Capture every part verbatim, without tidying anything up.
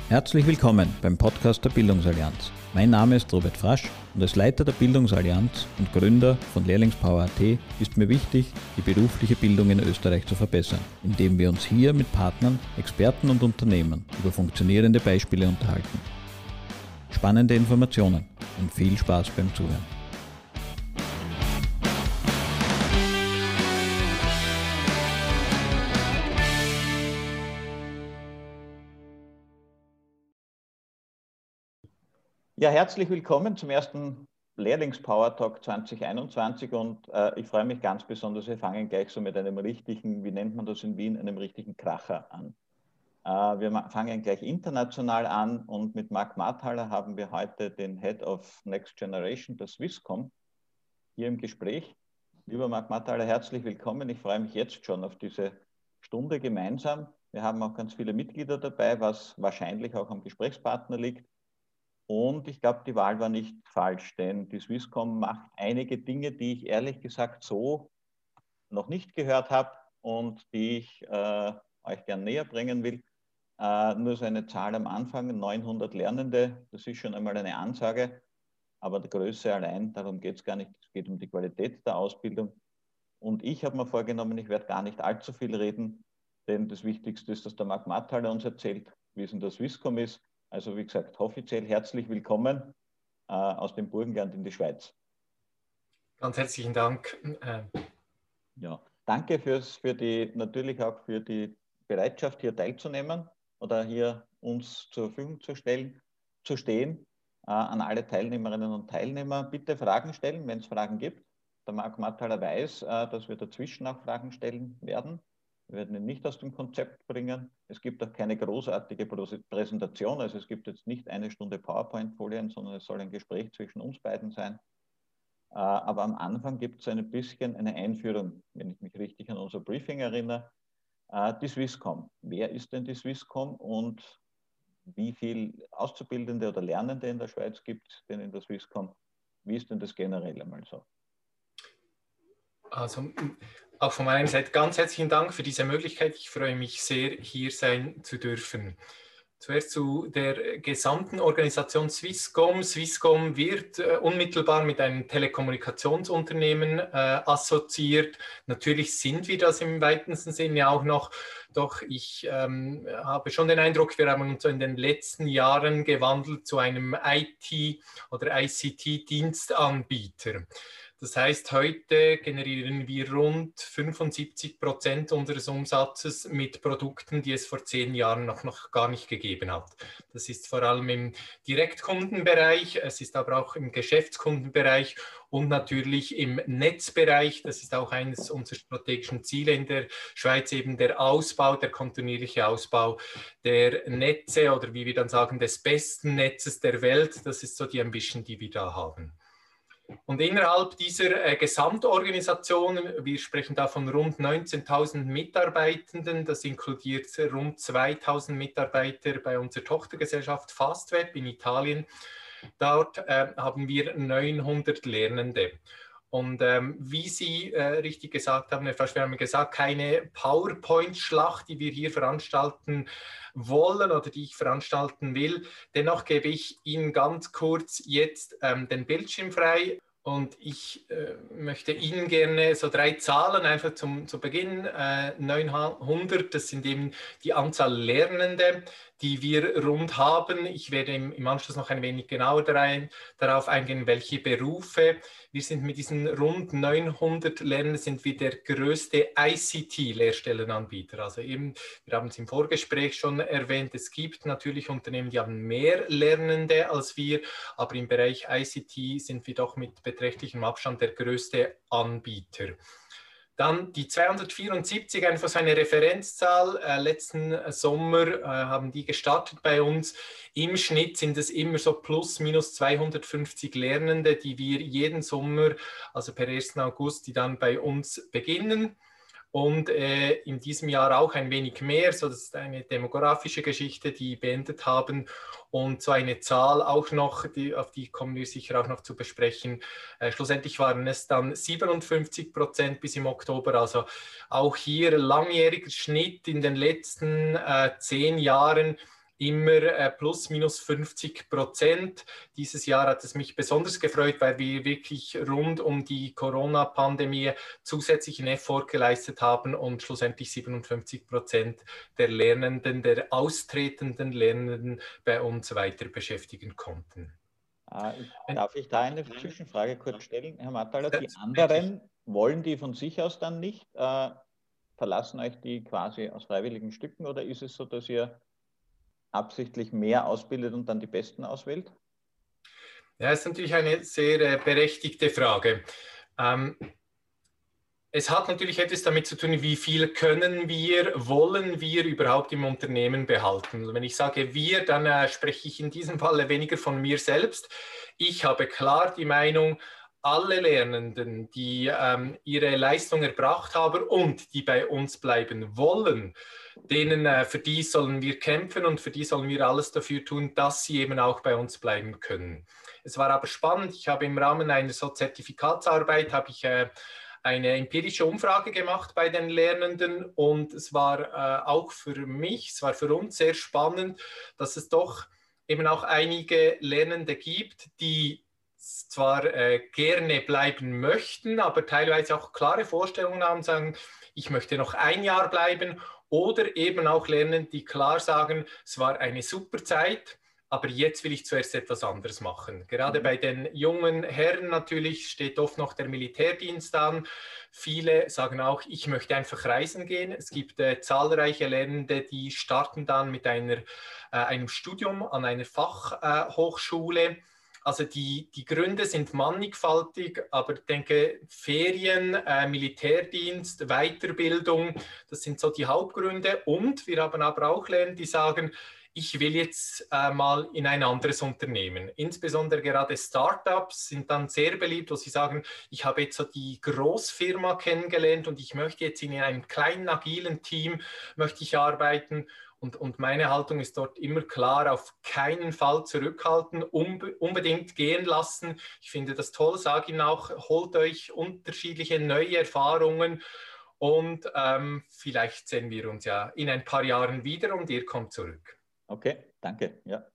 Herzlich willkommen beim Podcast der Bildungsallianz. Mein Name ist Robert Frasch und als Leiter der Bildungsallianz und Gründer von Lehrlingspower Punkt at ist mir wichtig, die berufliche Bildung in Österreich zu verbessern, indem wir uns hier mit Partnern, Experten und Unternehmern über funktionierende Beispiele unterhalten. Spannende Informationen und viel Spaß beim Zuhören. Ja, herzlich willkommen zum ersten Lehrlingspower Talk zwanzig einundzwanzig und äh, ich freue mich ganz besonders, wir fangen gleich so mit einem richtigen, wie nennt man das in Wien, einem richtigen Kracher an. Äh, wir fangen gleich international an und mit Marc Marthaler haben wir heute den Head of Next Generation der Swisscom hier im Gespräch. Lieber Marc Marthaler, herzlich willkommen. Ich freue mich jetzt schon auf diese Stunde gemeinsam. Wir haben auch ganz viele Mitglieder dabei, was wahrscheinlich auch am Gesprächspartner liegt. Und ich glaube, die Wahl war nicht falsch, denn die Swisscom macht einige Dinge, die ich ehrlich gesagt so noch nicht gehört habe und die ich äh, euch gern näher bringen will. Äh, nur so eine Zahl am Anfang, neunhundert Lernende, das ist schon einmal eine Ansage, aber die Größe allein, darum geht es gar nicht, es geht um die Qualität der Ausbildung. Und ich habe mir vorgenommen, ich werde gar nicht allzu viel reden, denn das Wichtigste ist, dass der Marc Marthaler uns erzählt, wie es in der Swisscom ist. Also wie gesagt, offiziell herzlich willkommen äh, aus dem Burgenland in die Schweiz. Ganz herzlichen Dank. Ja, danke fürs, für die, natürlich auch für die Bereitschaft, hier teilzunehmen oder hier uns zur Verfügung zu stellen, zu stehen. Äh, an alle Teilnehmerinnen und Teilnehmer bitte Fragen stellen, wenn es Fragen gibt. Der Marc Marthaler weiß, äh, dass wir dazwischen auch Fragen stellen werden. Wir werden ihn nicht aus dem Konzept bringen. Es gibt auch keine großartige Präsentation. Also es gibt jetzt nicht eine Stunde PowerPoint-Folien, sondern es soll ein Gespräch zwischen uns beiden sein. Aber am Anfang gibt es ein bisschen eine Einführung, wenn ich mich richtig an unser Briefing erinnere. Die Swisscom. Wer ist denn die Swisscom und wie viele Auszubildende oder Lernende in der Schweiz gibt es denn in der Swisscom? Wie ist denn das generell einmal so? Also auch von meiner Seite ganz herzlichen Dank für diese Möglichkeit. Ich freue mich sehr, hier sein zu dürfen. Zuerst zu der gesamten Organisation Swisscom. Swisscom wird äh, unmittelbar mit einem Telekommunikationsunternehmen äh, assoziiert. Natürlich sind wir das im weitesten Sinne auch noch, doch ich ähm, habe schon den Eindruck, wir haben uns in den letzten Jahren gewandelt zu einem I T- oder I C T-Dienstanbieter. Das heißt, heute generieren wir rund fünfundsiebzig Prozent unseres Umsatzes mit Produkten, die es vor zehn Jahren noch, noch gar nicht gegeben hat. Das ist vor allem im Direktkundenbereich, es ist aber auch im Geschäftskundenbereich und natürlich im Netzbereich. Das ist auch eines unserer strategischen Ziele in der Schweiz, eben der Ausbau, der kontinuierliche Ausbau der Netze oder wie wir dann sagen, des besten Netzes der Welt. Das ist so die Ambition, die wir da haben. Und innerhalb dieser äh, Gesamtorganisation, wir sprechen da von rund neunzehntausend Mitarbeitenden, das inkludiert rund zweitausend Mitarbeiter bei unserer Tochtergesellschaft Fastweb in Italien. Dort äh, haben wir neunhundert Lernende. Und ähm, wie Sie äh, richtig gesagt haben, Herr Frasch, wir haben gesagt, keine PowerPoint-Schlacht, die wir hier veranstalten wollen oder die ich veranstalten will. Dennoch gebe ich Ihnen ganz kurz jetzt ähm, den Bildschirm frei. Und ich äh, möchte Ihnen gerne so drei Zahlen einfach zum, zu Beginn, äh, neunhundert, das sind eben die Anzahl Lernende, die wir rund haben. Ich werde im, im Anschluss noch ein wenig genauer rein, darauf eingehen, welche Berufe. Wir sind mit diesen rund neunhundert Lernenden sind wir der größte I C T-Lehrstellenanbieter. Also eben, wir haben es im Vorgespräch schon erwähnt, es gibt natürlich Unternehmen, die haben mehr Lernende als wir, aber im Bereich I C T sind wir doch mit beträchtlichem Abstand der größte Anbieter. Dann die zweihundertvierundsiebzig, einfach so eine Referenzzahl. Äh, letzten Sommer äh, haben die gestartet bei uns. Im Schnitt sind es immer so plus minus zweihundertfünfzig Lernende, die wir jeden Sommer, also per ersten August, die dann bei uns beginnen. Und äh, in diesem Jahr auch ein wenig mehr, so das ist eine demografische Geschichte, die beendet haben. Und so eine Zahl auch noch, die, auf die kommen wir sicher auch noch zu besprechen. Äh, schlussendlich waren es dann siebenundfünfzig Prozent bis im Oktober. Also auch hier langjähriger Schnitt in den letzten äh, zehn Jahren immer äh, plus minus fünfzig Prozent. Dieses Jahr hat es mich besonders gefreut, weil wir wirklich rund um die Corona-Pandemie zusätzlichen Effort geleistet haben und schlussendlich siebenundfünfzig Prozent der Lernenden, der austretenden Lernenden bei uns weiter beschäftigen konnten. Ich, darf ich da eine Zwischenfrage kurz stellen, Herr Mattaler? Die anderen, wollen die von sich aus dann nicht? Äh, verlassen euch die quasi aus freiwilligen Stücken oder ist es so, dass ihr absichtlich mehr ausbildet und dann die Besten auswählt? Ja, das ist natürlich eine sehr äh, berechtigte Frage. Ähm, Es hat natürlich etwas damit zu tun, wie viel können wir, wollen wir überhaupt im Unternehmen behalten. Wenn ich sage wir, dann äh, spreche ich in diesem Falle weniger von mir selbst. Ich habe klar die Meinung, alle Lernenden, die ähm, ihre Leistung erbracht haben und die bei uns bleiben wollen, denen, äh, für die sollen wir kämpfen und für die sollen wir alles dafür tun, dass sie eben auch bei uns bleiben können. Es war aber spannend. Ich habe im Rahmen einer so Zertifikatsarbeit, habe ich äh, eine empirische Umfrage gemacht bei den Lernenden und es war äh, auch für mich, es war für uns sehr spannend, dass es doch eben auch einige Lernende gibt, die zwar äh, gerne bleiben möchten, aber teilweise auch klare Vorstellungen haben, sagen, ich möchte noch ein Jahr bleiben, oder eben auch Lernende, die klar sagen, es war eine super Zeit, aber jetzt will ich zuerst etwas anderes machen. Gerade mhm. bei den jungen Herren natürlich steht oft noch der Militärdienst an. Viele sagen auch, ich möchte einfach reisen gehen. Es gibt äh, zahlreiche Lernende, die starten dann mit einer, äh, einem Studium an einer Fachhochschule. Äh, also die, die Gründe sind mannigfaltig, aber ich denke, Ferien, äh, Militärdienst, Weiterbildung, das sind so die Hauptgründe. Und wir haben aber auch Lernende, die sagen, ich will jetzt äh, mal in ein anderes Unternehmen. Insbesondere gerade Startups sind dann sehr beliebt, wo sie sagen, ich habe jetzt so die Großfirma kennengelernt und ich möchte jetzt in einem kleinen, agilen Team möchte ich arbeiten. Und, und meine Haltung ist dort immer klar, auf keinen Fall zurückhalten, unbe unbedingt gehen lassen. Ich finde das toll, sage Ihnen auch, holt euch unterschiedliche neue Erfahrungen und ähm, vielleicht sehen wir uns ja in ein paar Jahren wieder und ihr kommt zurück. Okay, danke. Ja.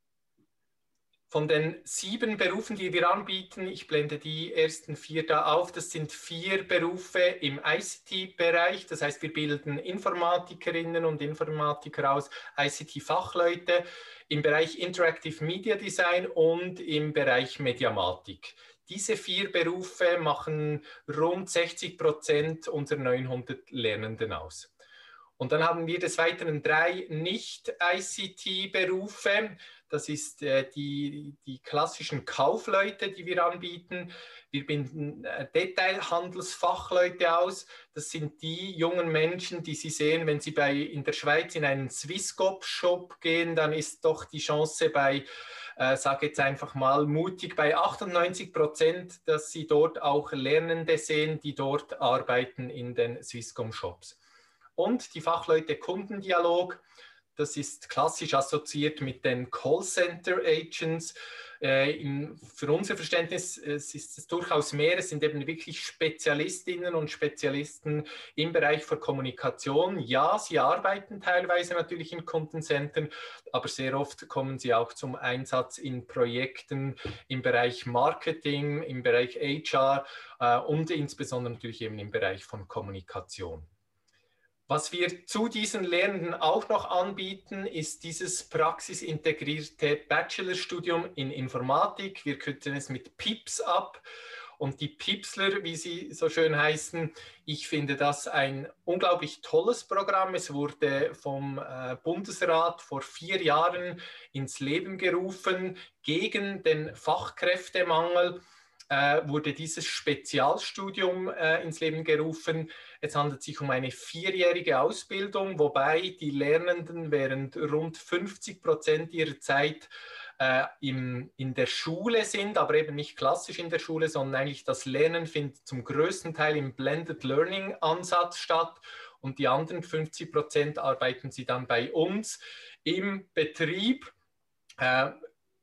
Von den sieben Berufen, die wir anbieten, ich blende die ersten vier da auf, das sind vier Berufe im I C T-Bereich. Das heißt, wir bilden Informatikerinnen und Informatiker aus, I C T-Fachleute im Bereich Interactive Media Design und im Bereich Mediamatik. Diese vier Berufe machen rund sechzig Prozent unserer neunhundert Lernenden aus. Und dann haben wir des Weiteren drei Nicht-I C T-Berufe. Das ist äh, die, die klassischen Kaufleute, die wir anbieten. Wir binden äh, Detailhandelsfachleute aus. Das sind die jungen Menschen, die Sie sehen, wenn Sie bei, in der Schweiz in einen Swisscom-Shop gehen, dann ist doch die Chance bei, äh, sage jetzt einfach mal mutig, bei achtundneunzig Prozent, dass Sie dort auch Lernende sehen, die dort arbeiten in den Swisscom-Shops. Und die Fachleute Kundendialog, das ist klassisch assoziiert mit den Callcenter-Agents. Äh, in, für unser Verständnis es ist es durchaus mehr. Es sind eben wirklich Spezialistinnen und Spezialisten im Bereich für Kommunikation. Ja, sie arbeiten teilweise natürlich in Kundencentern, aber sehr oft kommen sie auch zum Einsatz in Projekten im Bereich Marketing, im Bereich H R äh, und insbesondere natürlich eben im Bereich von Kommunikation. Was wir zu diesen Lernenden auch noch anbieten, ist dieses praxisintegrierte Bachelorstudium in Informatik. Wir kürzen es mit P I P S ab. Und die PIPSler, wie sie so schön heißen, ich finde das ein unglaublich tolles Programm. Es wurde vom äh, Bundesrat vor vier Jahren ins Leben gerufen gegen den Fachkräftemangel. Äh, wurde dieses Spezialstudium äh, ins Leben gerufen. Es handelt sich um eine vierjährige Ausbildung, wobei die Lernenden während rund fünfzig Prozent ihrer Zeit äh, im, in der Schule sind, aber eben nicht klassisch in der Schule, sondern eigentlich das Lernen findet zum größten Teil im Blended Learning Ansatz statt und die anderen fünfzig Prozent arbeiten sie dann bei uns im Betrieb. Äh,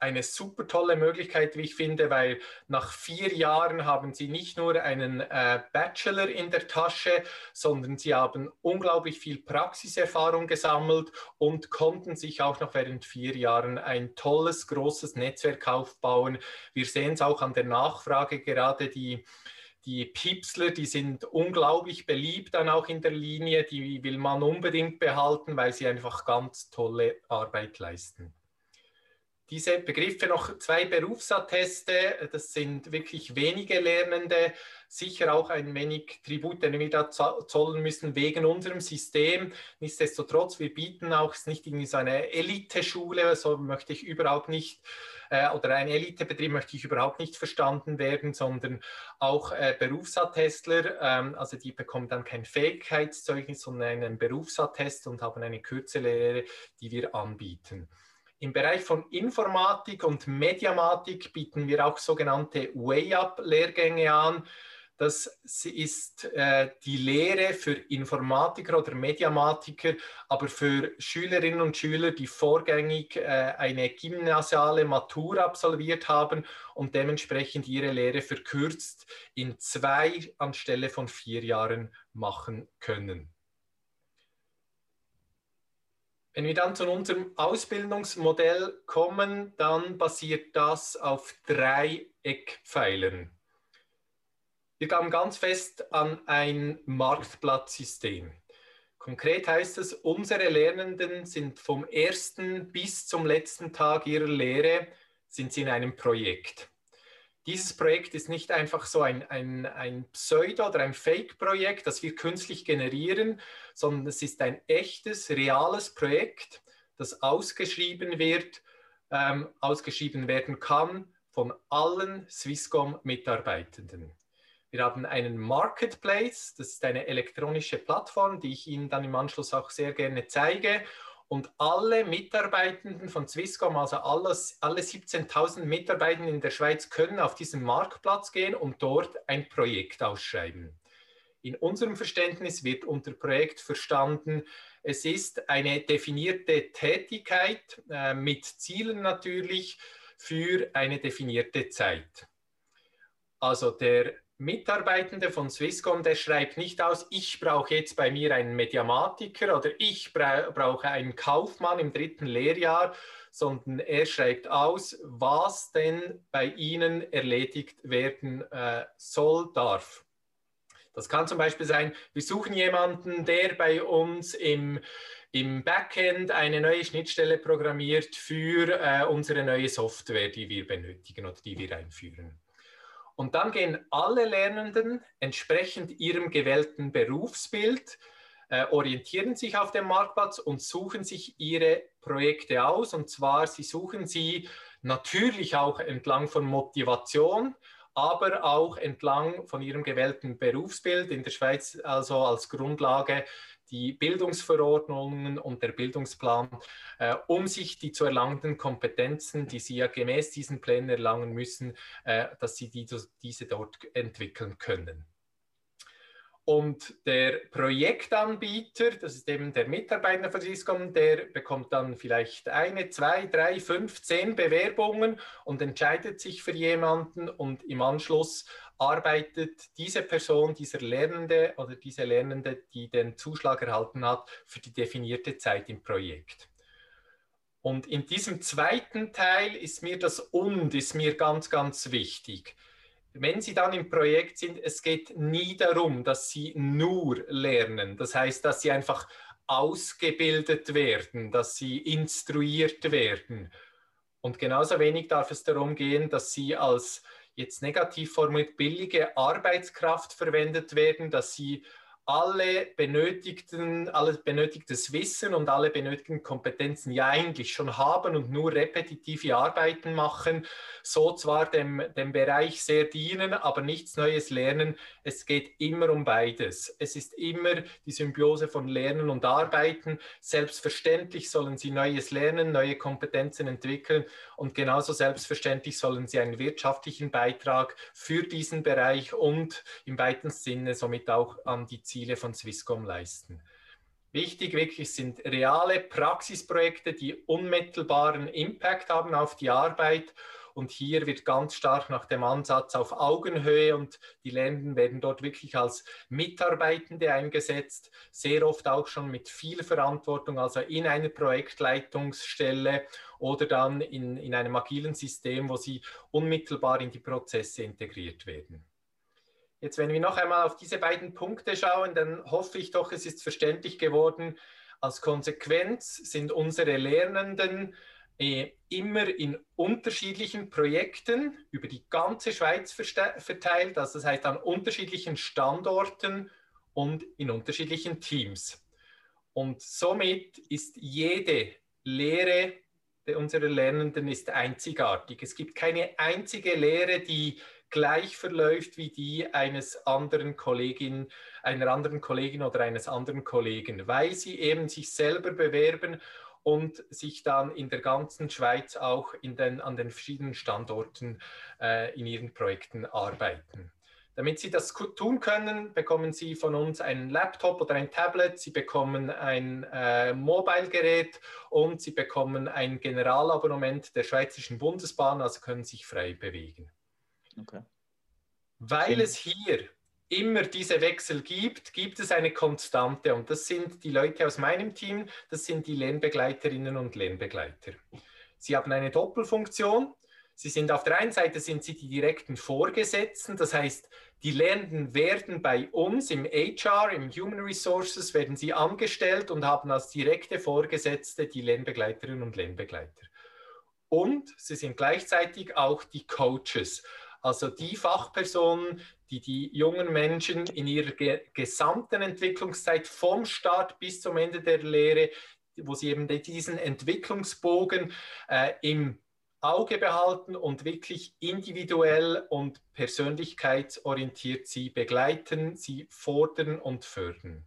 eine super tolle Möglichkeit, wie ich finde, weil nach vier Jahren haben Sie nicht nur einen äh, Bachelor in der Tasche, sondern Sie haben unglaublich viel Praxiserfahrung gesammelt und konnten sich auch noch während vier Jahren ein tolles, großes Netzwerk aufbauen. Wir sehen es auch an der Nachfrage, gerade die Die Pipsler, die sind unglaublich beliebt dann auch in der Linie, die will man unbedingt behalten, weil sie einfach ganz tolle Arbeit leisten. Diese Begriffe noch zwei Berufsatteste, das sind wirklich wenige Lernende, sicher auch ein wenig Tribut, den wir da zollen müssen wegen unserem System. Nichtsdestotrotz, wir bieten auch, es ist nicht irgendwie so eine Eliteschule, so möchte ich überhaupt nicht, äh, oder ein Elitebetrieb möchte ich überhaupt nicht verstanden werden, sondern auch äh, Berufsattestler, ähm, also die bekommen dann kein Fähigkeitszeugnis, sondern einen Berufsattest und haben eine Kürzelehre, die wir anbieten. Im Bereich von Informatik und Mediamatik bieten wir auch sogenannte Way-Up-Lehrgänge an. Das ist äh, die Lehre für Informatiker oder Mediamatiker, aber für Schülerinnen und Schüler, die vorgängig äh, eine gymnasiale Matur absolviert haben und dementsprechend ihre Lehre verkürzt in zwei anstelle von vier Jahren machen können. Wenn wir dann zu unserem Ausbildungsmodell kommen, dann basiert das auf drei Eckpfeilern. Wir glauben ganz fest an ein Marktplatzsystem. Konkret heißt es, unsere Lernenden sind vom ersten bis zum letzten Tag ihrer Lehre sind sie in einem Projekt. Dieses Projekt ist nicht einfach so ein, ein, ein Pseudo- oder ein Fake-Projekt, das wir künstlich generieren, sondern es ist ein echtes, reales Projekt, das ausgeschrieben wird, ähm, ausgeschrieben werden kann von allen Swisscom-Mitarbeitenden. Wir haben einen Marketplace, das ist eine elektronische Plattform, die ich Ihnen dann im Anschluss auch sehr gerne zeige. Und alle Mitarbeitenden von Swisscom, also alles, alle siebzehntausend Mitarbeitenden in der Schweiz, können auf diesen Marktplatz gehen und dort ein Projekt ausschreiben. In unserem Verständnis wird unter Projekt verstanden, es ist eine definierte Tätigkeit äh, mit Zielen natürlich für eine definierte Zeit. Also der Mitarbeitende von Swisscom, der schreibt nicht aus, ich brauche jetzt bei mir einen Mediamatiker oder ich bra brauche einen Kaufmann im dritten Lehrjahr, sondern er schreibt aus, was denn bei Ihnen erledigt werden äh, soll, darf. Das kann zum Beispiel sein, wir suchen jemanden, der bei uns im, im Backend eine neue Schnittstelle programmiert für äh, unsere neue Software, die wir benötigen oder die wir einführen. Und dann gehen alle Lernenden entsprechend ihrem gewählten Berufsbild, äh, orientieren sich auf dem Marktplatz und suchen sich ihre Projekte aus. Und zwar, sie suchen sie natürlich auch entlang von Motivation, aber auch entlang von ihrem gewählten Berufsbild. In der Schweiz also als Grundlage die Bildungsverordnungen und der Bildungsplan, äh, um sich die zu erlangenden Kompetenzen, die sie ja gemäß diesen Plänen erlangen müssen, äh, dass sie die, diese dort entwickeln können. Und der Projektanbieter, das ist eben der Mitarbeiter von Swisscom, der bekommt dann vielleicht eine, zwei, drei, fünf, zehn Bewerbungen und entscheidet sich für jemanden und im Anschluss arbeitet diese Person, dieser Lernende oder diese Lernende, die den Zuschlag erhalten hat, für die definierte Zeit im Projekt. Und in diesem zweiten Teil ist mir das Und, ist mir ganz, ganz wichtig. Wenn Sie dann im Projekt sind, es geht nie darum, dass Sie nur lernen. Das heißt, dass Sie einfach ausgebildet werden, dass Sie instruiert werden. Und genauso wenig darf es darum gehen, dass Sie als jetzt negativ formuliert billige Arbeitskraft verwendet werden, dass Sie alle benötigten, alles benötigtes Wissen und alle benötigten Kompetenzen ja eigentlich schon haben und nur repetitive Arbeiten machen, so zwar dem, dem Bereich sehr dienen, aber nichts Neues lernen. Es geht immer um beides. Es ist immer die Symbiose von Lernen und Arbeiten. Selbstverständlich sollen Sie Neues lernen, neue Kompetenzen entwickeln und genauso selbstverständlich sollen Sie einen wirtschaftlichen Beitrag für diesen Bereich und im weitesten Sinne somit auch an die Ziele von Swisscom leisten. Wichtig wirklich sind reale Praxisprojekte, die unmittelbaren Impact haben auf die Arbeit. Und hier wird ganz stark nach dem Ansatz auf Augenhöhe und die Lernenden werden dort wirklich als Mitarbeitende eingesetzt, sehr oft auch schon mit viel Verantwortung, also in einer Projektleitungsstelle oder dann in, in einem agilen System, wo sie unmittelbar in die Prozesse integriert werden. Jetzt, wenn wir noch einmal auf diese beiden Punkte schauen, dann hoffe ich doch, es ist verständlich geworden. Als Konsequenz sind unsere Lernenden äh, immer in unterschiedlichen Projekten über die ganze Schweiz verteilt, also das heißt an unterschiedlichen Standorten und in unterschiedlichen Teams. Und somit ist jede Lehre unserer Lernenden ist einzigartig. Es gibt keine einzige Lehre, die gleich verläuft wie die eines anderen Kollegin, einer anderen Kollegin oder eines anderen Kollegen, weil sie eben sich selber bewerben und sich dann in der ganzen Schweiz auch in den, an den verschiedenen Standorten äh, in ihren Projekten arbeiten. Damit Sie das tun können, bekommen Sie von uns einen Laptop oder ein Tablet, Sie bekommen ein äh, Mobile-Gerät und Sie bekommen ein Generalabonnement der Schweizerischen Bundesbahn, also können sich frei bewegen. Okay. Weil es hier immer diese Wechsel gibt, gibt es eine Konstante und das sind die Leute aus meinem Team, das sind die Lernbegleiterinnen und Lernbegleiter. Sie haben eine Doppelfunktion. Sie sind auf der einen Seite sind sie die direkten Vorgesetzten, das heißt, die Lernenden werden bei uns im H R, im Human Resources, werden sie angestellt und haben als direkte Vorgesetzte die Lernbegleiterinnen und Lernbegleiter. Und sie sind gleichzeitig auch die Coaches, also die Fachpersonen, die die jungen Menschen in ihrer ge gesamten Entwicklungszeit vom Start bis zum Ende der Lehre, wo sie eben diesen Entwicklungsbogen äh, im Auge behalten und wirklich individuell und persönlichkeitsorientiert sie begleiten, sie fordern und fördern.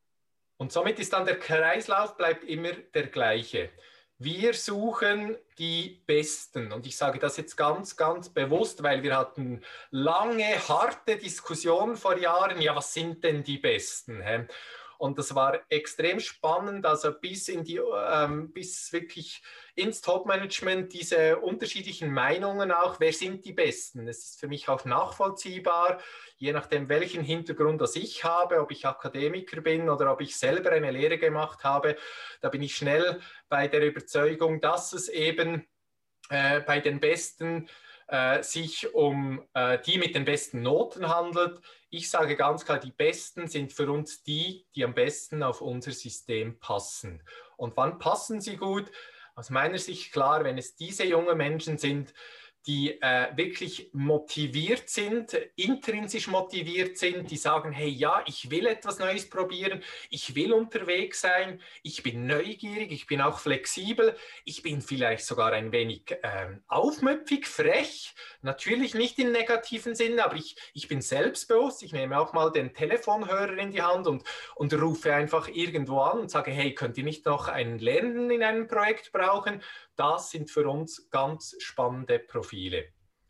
Und somit ist dann der Kreislauf bleibt immer der gleiche. Wir suchen die Besten und ich sage das jetzt ganz, ganz bewusst, weil wir hatten lange, harte Diskussionen vor Jahren, ja, was sind denn die Besten? Hä? Und das war extrem spannend, also bis in die, ähm, bis wirklich ins Top-Management diese unterschiedlichen Meinungen auch, wer sind die Besten? Es ist für mich auch nachvollziehbar, je nachdem welchen Hintergrund das ich habe, ob ich Akademiker bin oder ob ich selber eine Lehre gemacht habe, da bin ich schnell bei der Überzeugung, dass es eben äh, bei den Besten äh, sich um äh, die mit den besten Noten handelt. Ich sage ganz klar, die Besten sind für uns die, die am besten auf unser System passen. Und wann passen sie gut? Aus meiner Sicht klar, wenn es diese jungen Menschen sind, die äh, wirklich motiviert sind, intrinsisch motiviert sind, die sagen, hey, ja, ich will etwas Neues probieren, ich will unterwegs sein, ich bin neugierig, ich bin auch flexibel, ich bin vielleicht sogar ein wenig äh, aufmüpfig, frech, natürlich nicht im negativen Sinne, aber ich, ich bin selbstbewusst, ich nehme auch mal den Telefonhörer in die Hand und, und rufe einfach irgendwo an und sage, hey, könnt ihr nicht noch einen Lernenden in einem Projekt brauchen? Das sind für uns ganz spannende Profile.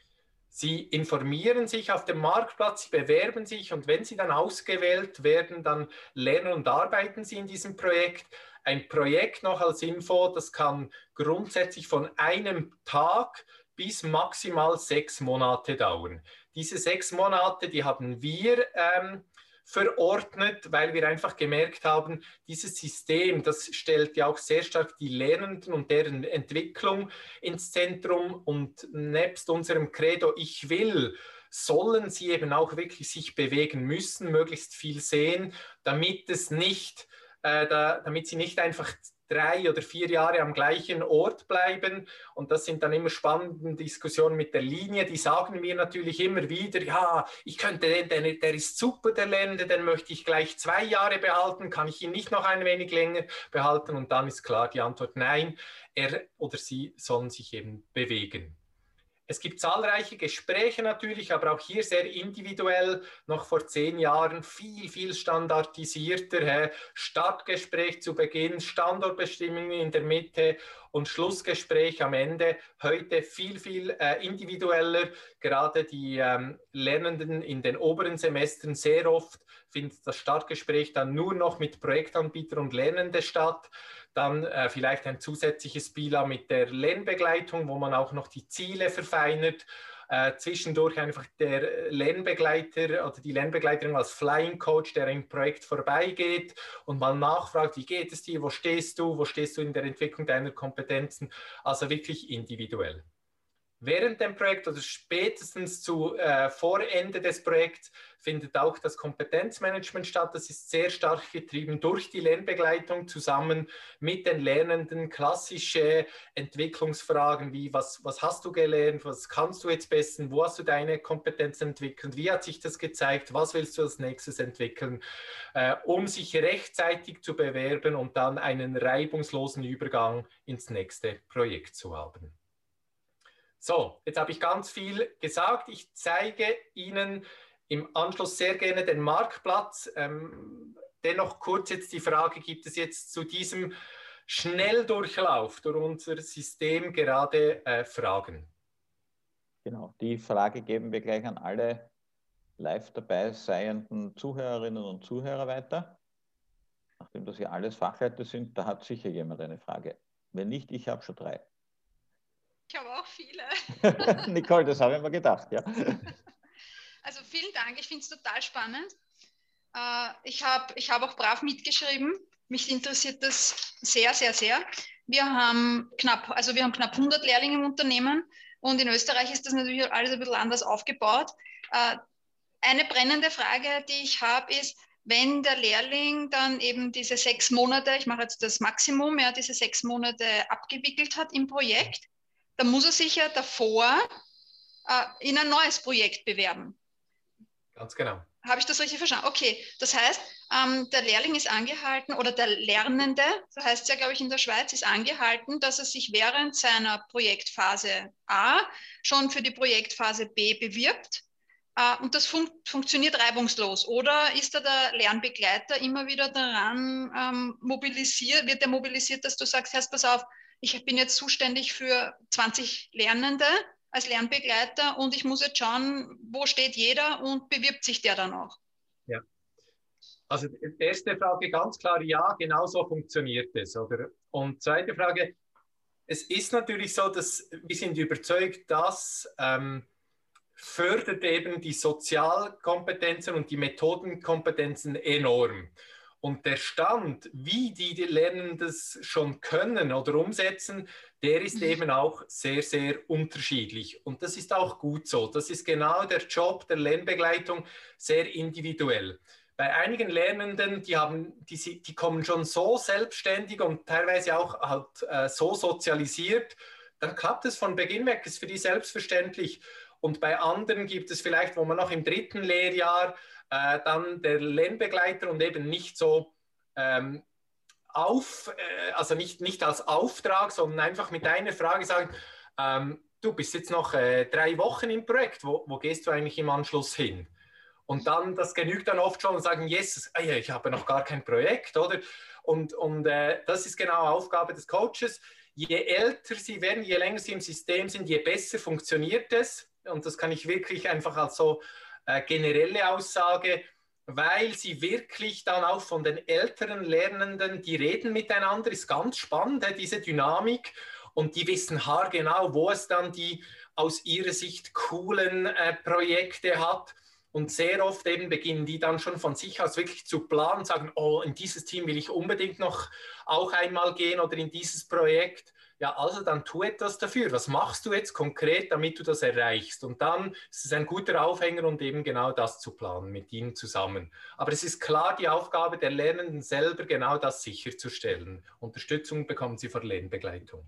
Sie informieren sich auf dem Marktplatz, sie bewerben sich und wenn sie dann ausgewählt werden, dann lernen und arbeiten sie in diesem Projekt. Ein Projekt noch als Info, das kann grundsätzlich von einem Tag bis maximal sechs Monate dauern. Diese sechs Monate, die haben wir ähm, verordnet, weil wir einfach gemerkt haben, dieses System, das stellt ja auch sehr stark die Lernenden und deren Entwicklung ins Zentrum und nebst unserem Credo, ich will, sollen sie eben auch wirklich sich bewegen müssen, möglichst viel sehen, damit es nicht, äh, da, damit sie nicht einfach drei oder vier Jahre am gleichen Ort bleiben und das sind dann immer spannende Diskussionen mit der Linie, die sagen mir natürlich immer wieder, ja, ich könnte den, der, der ist super, der Lernende, den möchte ich gleich zwei Jahre behalten, kann ich ihn nicht noch ein wenig länger behalten und dann ist klar die Antwort nein, er oder sie sollen sich eben bewegen. Es gibt zahlreiche Gespräche natürlich, aber auch hier sehr individuell, noch vor zehn Jahren viel, viel standardisierter. Hä? Startgespräch zu Beginn, Standortbestimmung in der Mitte und Schlussgespräch am Ende. Heute viel, viel äh, individueller. Gerade die ähm, Lernenden in den oberen Semestern sehr oft findet das Startgespräch dann nur noch mit Projektanbieter und Lernende statt. Dann äh, vielleicht ein zusätzliches Bila mit der Lernbegleitung, wo man auch noch die Ziele verfeinert. Äh, zwischendurch einfach der Lernbegleiter oder die Lernbegleiterin als Flying Coach, der im Projekt vorbeigeht und mal nachfragt, wie geht es dir, wo stehst du, wo stehst du in der Entwicklung deiner Kompetenzen. Also wirklich individuell. Während dem Projekt oder spätestens zu äh, vor Ende des Projekts findet auch das Kompetenzmanagement statt. Das ist sehr stark getrieben durch die Lernbegleitung zusammen mit den Lernenden. Klassische Entwicklungsfragen wie, was, was hast du gelernt, was kannst du jetzt besser, wo hast du deine Kompetenzen entwickelt, wie hat sich das gezeigt, was willst du als nächstes entwickeln, äh, um sich rechtzeitig zu bewerben und dann einen reibungslosen Übergang ins nächste Projekt zu haben. So, jetzt habe ich ganz viel gesagt. Ich zeige Ihnen im Anschluss sehr gerne den Marktplatz. Ähm, dennoch kurz jetzt die Frage, gibt es jetzt zu diesem Schnelldurchlauf durch unser System gerade äh, Fragen? Genau, die Frage geben wir gleich an alle live dabei seienden Zuhörerinnen und Zuhörer weiter. Nachdem das hier alles Fachleute sind, da hat sicher jemand eine Frage. Wenn nicht, ich habe schon drei. Ich habe auch viele. Nicole, das habe ich mir gedacht, ja. Also vielen Dank, ich finde es total spannend. Ich habe ich hab auch brav mitgeschrieben. Mich interessiert das sehr, sehr, sehr. Wir haben knapp, also wir haben knapp hundert Lehrlinge im Unternehmen und in Österreich ist das natürlich alles ein bisschen anders aufgebaut. Eine brennende Frage, die ich habe, ist, wenn der Lehrling dann eben diese sechs Monate, ich mache jetzt das Maximum, ja, diese sechs Monate abgewickelt hat im Projekt, dann muss er sich ja davor äh, in ein neues Projekt bewerben. Ganz genau. Habe ich das richtig verstanden? Okay, das heißt, ähm, der Lehrling ist angehalten oder der Lernende, so heißt es ja, glaube ich, in der Schweiz, ist angehalten, dass er sich während seiner Projektphase A schon für die Projektphase B bewirbt. Äh, und das fun funktioniert reibungslos. Oder ist da der Lernbegleiter immer wieder daran ähm, mobilisiert, wird er mobilisiert, dass du sagst, Herr, pass auf, ich bin jetzt zuständig für zwanzig Lernende als Lernbegleiter und ich muss jetzt schauen, wo steht jeder und bewirbt sich der dann auch? Ja, also erste Frage ganz klar, ja, genau so funktioniert es. Oder? Und zweite Frage, es ist natürlich so, dass wir sind überzeugt, dass ähm, fördert eben die Sozialkompetenzen und die Methodenkompetenzen enorm. Und der Stand, wie die Lernenden das schon können oder umsetzen, der ist eben auch sehr, sehr unterschiedlich. Und das ist auch gut so. Das ist genau der Job der Lernbegleitung, sehr individuell. Bei einigen Lernenden, die, haben, die, die kommen schon so selbstständig und teilweise auch halt, äh, so sozialisiert, dann klappt es von Beginn weg, ist für die selbstverständlich. Und bei anderen gibt es vielleicht, wo man noch im dritten Lehrjahr äh, dann der Lernbegleiter und eben nicht so ähm, auf, äh, also nicht, nicht als Auftrag, sondern einfach mit einer Frage sagen, ähm, du bist jetzt noch äh, drei Wochen im Projekt, wo, wo gehst du eigentlich im Anschluss hin? Und dann, das genügt dann oft schon und sagen, yes, ah ja, ich habe noch gar kein Projekt, oder? Und, und äh, das ist genau Aufgabe des Coaches. Je älter sie werden, je länger sie im System sind, je besser funktioniert es. Und das kann ich wirklich einfach als so äh, generelle Aussage, weil sie wirklich dann auch von den älteren Lernenden, die reden miteinander, ist ganz spannend, äh, diese Dynamik. Und die wissen haargenau, wo es dann die aus ihrer Sicht coolen äh, Projekte hat. Und sehr oft eben beginnen die dann schon von sich aus wirklich zu planen, sagen, oh, in dieses Team will ich unbedingt noch auch einmal gehen oder in dieses Projekt. Ja, also dann tu etwas dafür. Was machst du jetzt konkret, damit du das erreichst? Und dann ist es ein guter Aufhänger, um eben genau das zu planen mit ihnen zusammen. Aber es ist klar die Aufgabe der Lernenden selber, genau das sicherzustellen. Unterstützung bekommen sie von Lernbegleitung.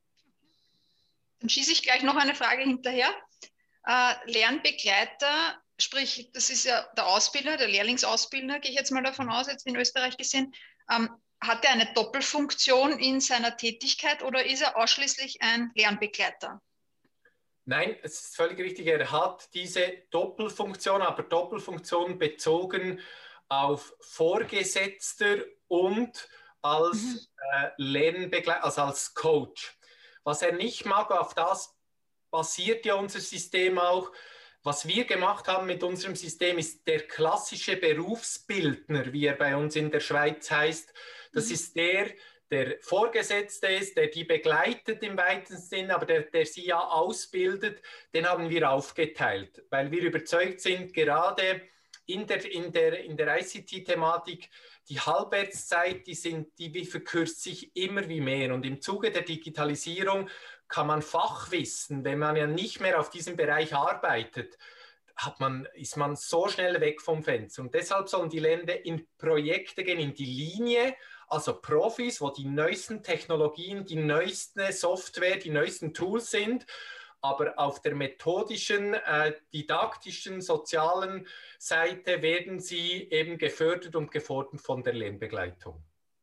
Dann schieße ich gleich noch eine Frage hinterher. Äh, Lernbegleiter, sprich, das ist ja der Ausbilder, der Lehrlingsausbilder, gehe ich jetzt mal davon aus, jetzt in Österreich gesehen. Ähm, hat er eine Doppelfunktion in seiner Tätigkeit oder ist er ausschließlich ein Lernbegleiter? Nein, es ist völlig richtig. Er hat diese Doppelfunktion, aber Doppelfunktion bezogen auf Vorgesetzter und als Mhm. äh, Lernbegleiter, also als Coach. Was er nicht mag, auf das basiert ja unser System auch. Was wir gemacht haben mit unserem System ist der klassische Berufsbildner, wie er bei uns in der Schweiz heißt. Das Mhm. ist der, der Vorgesetzte ist, der die begleitet im weitesten Sinn, aber der, der sie ja ausbildet, den haben wir aufgeteilt, weil wir überzeugt sind, gerade in der, in der, in der I C T-Thematik, die Halbwertszeit, die, sind, die verkürzt sich immer wie mehr. Und im Zuge der Digitalisierung kann man Fachwissen, wenn man ja nicht mehr auf diesem Bereich arbeitet, hat man, ist man so schnell weg vom Fenster. Und deshalb sollen die Länder in Projekte gehen, in die Linie, also Profis, wo die neuesten Technologien, die neueste Software, die neuesten Tools sind, aber auf der methodischen, äh, didaktischen, sozialen Seite werden sie eben gefördert und gefordert von der Lernbegleitung.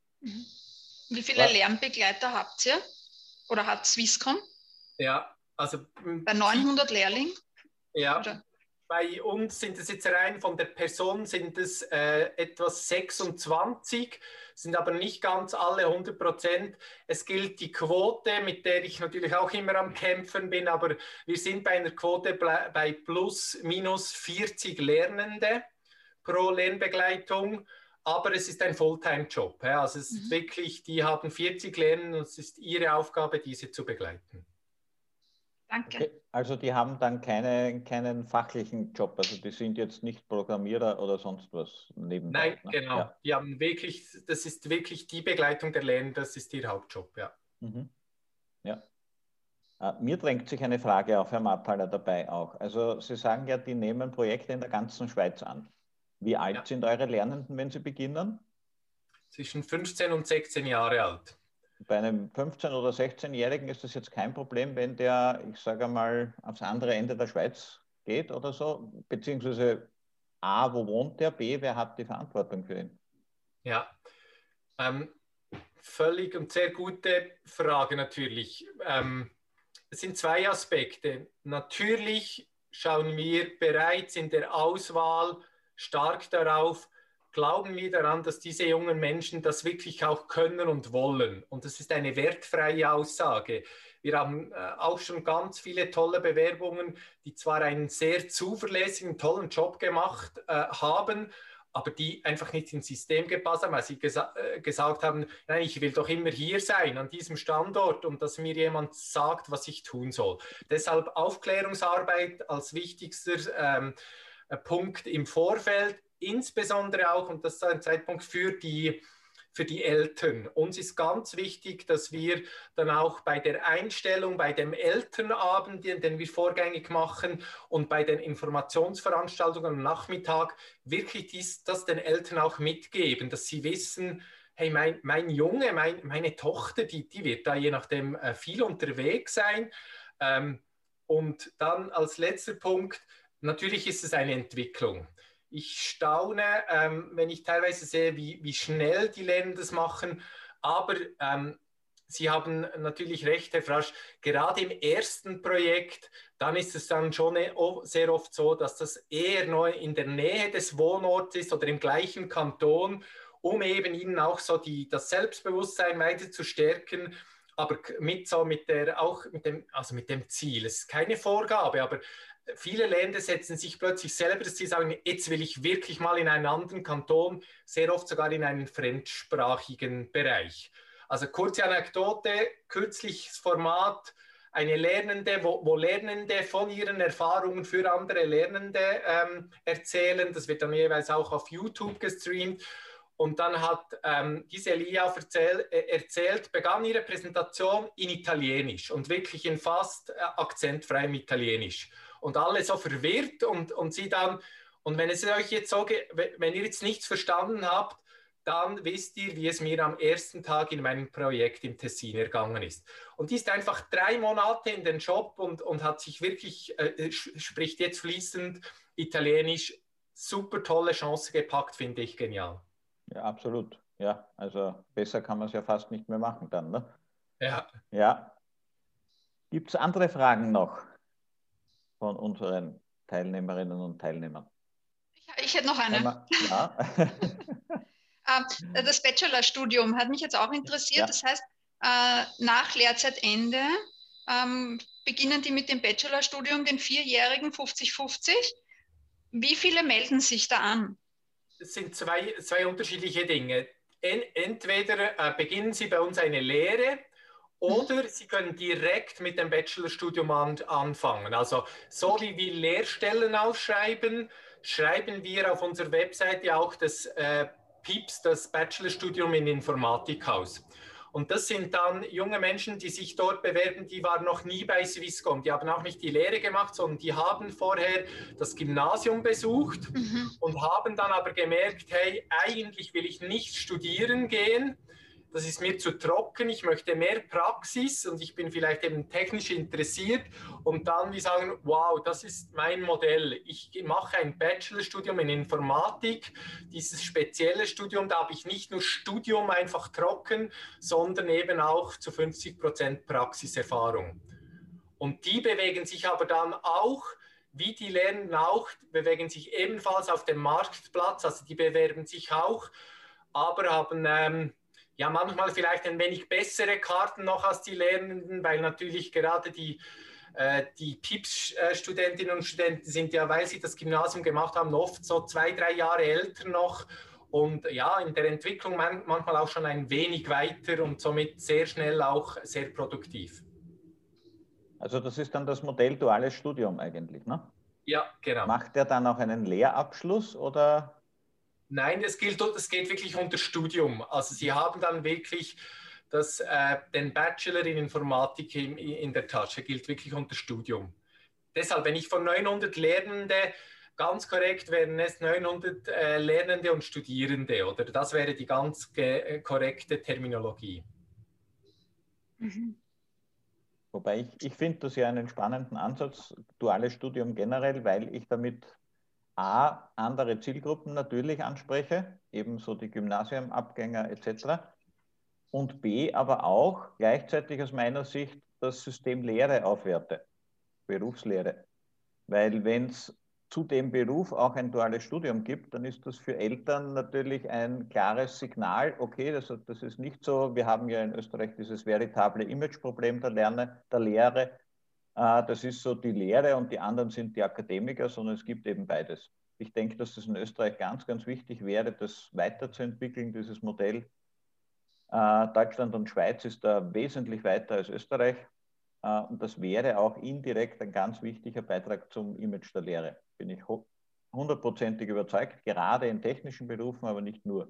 Wie viele Was? Lernbegleiter habt ihr? Oder hat Swisscom? Ja, also bei neunhundert Lehrlingen? Ja. Oder? Bei uns sind es jetzt rein von der Person sind es äh, etwas sechsundzwanzig, sind aber nicht ganz alle hundert Prozent. Es gilt die Quote, mit der ich natürlich auch immer am Kämpfen bin, aber wir sind bei einer Quote bei plus minus vierzig Lernende pro Lernbegleitung, aber es ist ein Fulltime-Job. Ja? Also es ist mhm. wirklich, die haben vierzig Lernende und es ist ihre Aufgabe, diese zu begleiten. Danke. Okay. Also die haben dann keine, keinen fachlichen Job, also die sind jetzt nicht Programmierer oder sonst was nebenbei. Nein, ne? genau. Ja. Die haben wirklich, das ist wirklich die Begleitung der Lernenden, das ist ihr Hauptjob, ja. Mhm. Ja. Uh, mir drängt sich eine Frage auf, Herr Marthaler, dabei auch. Also Sie sagen ja, die nehmen Projekte in der ganzen Schweiz an. Wie alt ja. sind eure Lernenden, wenn sie beginnen? Zwischen fünfzehn und sechzehn Jahre alt. Bei einem fünfzehn- oder sechzehnjährigen ist das jetzt kein Problem, wenn der, ich sage mal, aufs andere Ende der Schweiz geht oder so? Beziehungsweise A, wo wohnt der? B, wer hat die Verantwortung für ihn? Ja, ähm, völlig und sehr gute Frage natürlich. Ähm, es sind zwei Aspekte. Natürlich schauen wir bereits in der Auswahl stark darauf, glauben wir daran, dass diese jungen Menschen das wirklich auch können und wollen. Und das ist eine wertfreie Aussage. Wir haben äh, auch schon ganz viele tolle Bewerbungen, die zwar einen sehr zuverlässigen, tollen Job gemacht äh, haben, aber die einfach nicht ins System gepasst haben, weil sie gesa äh, gesagt haben, nein, ich will doch immer hier sein, an diesem Standort und dass mir jemand sagt, was ich tun soll. Deshalb Aufklärungsarbeit als wichtigster ähm, Punkt im Vorfeld, insbesondere auch, und das ist ein Zeitpunkt für die, für die Eltern. Uns ist ganz wichtig, dass wir dann auch bei der Einstellung, bei dem Elternabend, den wir vorgängig machen und bei den Informationsveranstaltungen am Nachmittag wirklich dies, das den Eltern auch mitgeben, dass sie wissen, hey, mein, mein Junge, mein, meine Tochter, die, die wird da je nachdem äh, viel unterwegs sein. Ähm, und dann als letzter Punkt, natürlich ist es eine Entwicklung. Ich staune, ähm, wenn ich teilweise sehe, wie, wie schnell die Lernenden das machen, aber ähm, Sie haben natürlich recht, Herr Frasch, gerade im ersten Projekt, dann ist es dann schon sehr oft so, dass das eher noch in der Nähe des Wohnorts ist oder im gleichen Kanton, um eben ihnen auch so die, das Selbstbewusstsein weiter zu stärken, aber mit so mit der, auch mit dem, also mit dem Ziel. Es ist keine Vorgabe, aber viele Länder setzen sich plötzlich selber das Ziel, sagen, jetzt will ich wirklich mal in einen anderen Kanton, sehr oft sogar in einen fremdsprachigen Bereich. Also kurze Anekdote, kürzliches Format, eine Lernende, wo, wo Lernende von ihren Erfahrungen für andere Lernende ähm, erzählen. Das wird dann jeweils auch auf YouTube gestreamt. Und dann hat ähm, diese Lia erzähl, äh, erzählt, begann ihre Präsentation in Italienisch und wirklich in fast äh, akzentfreiem Italienisch. Und alle so verwirrt und, und sie dann, und wenn es euch jetzt so, wenn ihr jetzt nichts verstanden habt, dann wisst ihr, wie es mir am ersten Tag in meinem Projekt im Tessin ergangen ist. Und die ist einfach drei Monate in den Job und, und hat sich wirklich, äh, spricht jetzt fließend Italienisch, super tolle Chance gepackt, finde ich genial. Ja, absolut. Ja, also besser kann man es ja fast nicht mehr machen dann, ne? Ja. Ja. Gibt es andere Fragen noch? von unseren Teilnehmerinnen und Teilnehmern? Ich, ich hätte noch eine. Ja. Das Bachelorstudium hat mich jetzt auch interessiert. Ja. Das heißt, nach Lehrzeitende ähm, beginnen die mit dem Bachelorstudium, den vierjährigen fünfzig fünfzig. Wie viele melden sich da an? Das sind zwei, zwei unterschiedliche Dinge. Entweder äh, beginnen Sie bei uns eine Lehre oder Sie können direkt mit dem Bachelorstudium an, anfangen. Also so wie wir Lehrstellen ausschreiben, schreiben wir auf unserer Webseite auch das äh, P I P S, das Bachelorstudium in Informatik aus. Und das sind dann junge Menschen, die sich dort bewerben, die waren noch nie bei Swisscom. Die haben auch nicht die Lehre gemacht, sondern die haben vorher das Gymnasium besucht mhm. und haben dann aber gemerkt, hey, eigentlich will ich nicht studieren gehen. Das ist mir zu trocken, ich möchte mehr Praxis und ich bin vielleicht eben technisch interessiert und dann die sagen, wow, das ist mein Modell. Ich mache ein Bachelorstudium in Informatik, dieses spezielle Studium, da habe ich nicht nur Studium einfach trocken, sondern eben auch zu fünfzig Prozent Praxiserfahrung. Und die bewegen sich aber dann auch, wie die Lernenden auch, bewegen sich ebenfalls auf dem Marktplatz, also die bewerben sich auch, aber haben... Ähm, ja, manchmal vielleicht ein wenig bessere Karten noch als die Lernenden, weil natürlich gerade die, äh, die P I P S-Studentinnen und Studenten sind ja, weil sie das Gymnasium gemacht haben, oft so zwei, drei Jahre älter noch und ja, in der Entwicklung man, manchmal auch schon ein wenig weiter und somit sehr schnell auch sehr produktiv. Also das ist dann das Modell duales Studium eigentlich, ne? Ja, genau. Macht der dann auch einen Lehrabschluss oder... Nein, das, gilt, das geht wirklich unter Studium. Also Sie haben dann wirklich das, äh, den Bachelor in Informatik in, in der Tasche, gilt wirklich unter Studium. Deshalb, wenn ich von neunhundert Lernende, ganz korrekt wären es neunhundert äh, Lernende und Studierende, oder? Das wäre die ganz äh, korrekte Terminologie. Mhm. Wobei ich, ich finde das ja einen spannenden Ansatz, duales Studium generell, weil ich damit A, andere Zielgruppen natürlich anspreche, ebenso die Gymnasiumabgänger et cetera. Und B, aber auch gleichzeitig aus meiner Sicht das System Lehre aufwerte, Berufslehre. Weil wenn es zu dem Beruf auch ein duales Studium gibt, dann ist das für Eltern natürlich ein klares Signal, okay, das, das ist nicht so, wir haben ja in Österreich dieses veritable Imageproblem der, Lerne, der Lehre, das ist so die Lehre und die anderen sind die Akademiker, sondern es gibt eben beides. Ich denke, dass das in Österreich ganz, ganz wichtig wäre, das weiterzuentwickeln, dieses Modell. Deutschland und Schweiz ist da wesentlich weiter als Österreich und das wäre auch indirekt ein ganz wichtiger Beitrag zum Image der Lehre. Bin ich hundertprozentig überzeugt, gerade in technischen Berufen, aber nicht nur.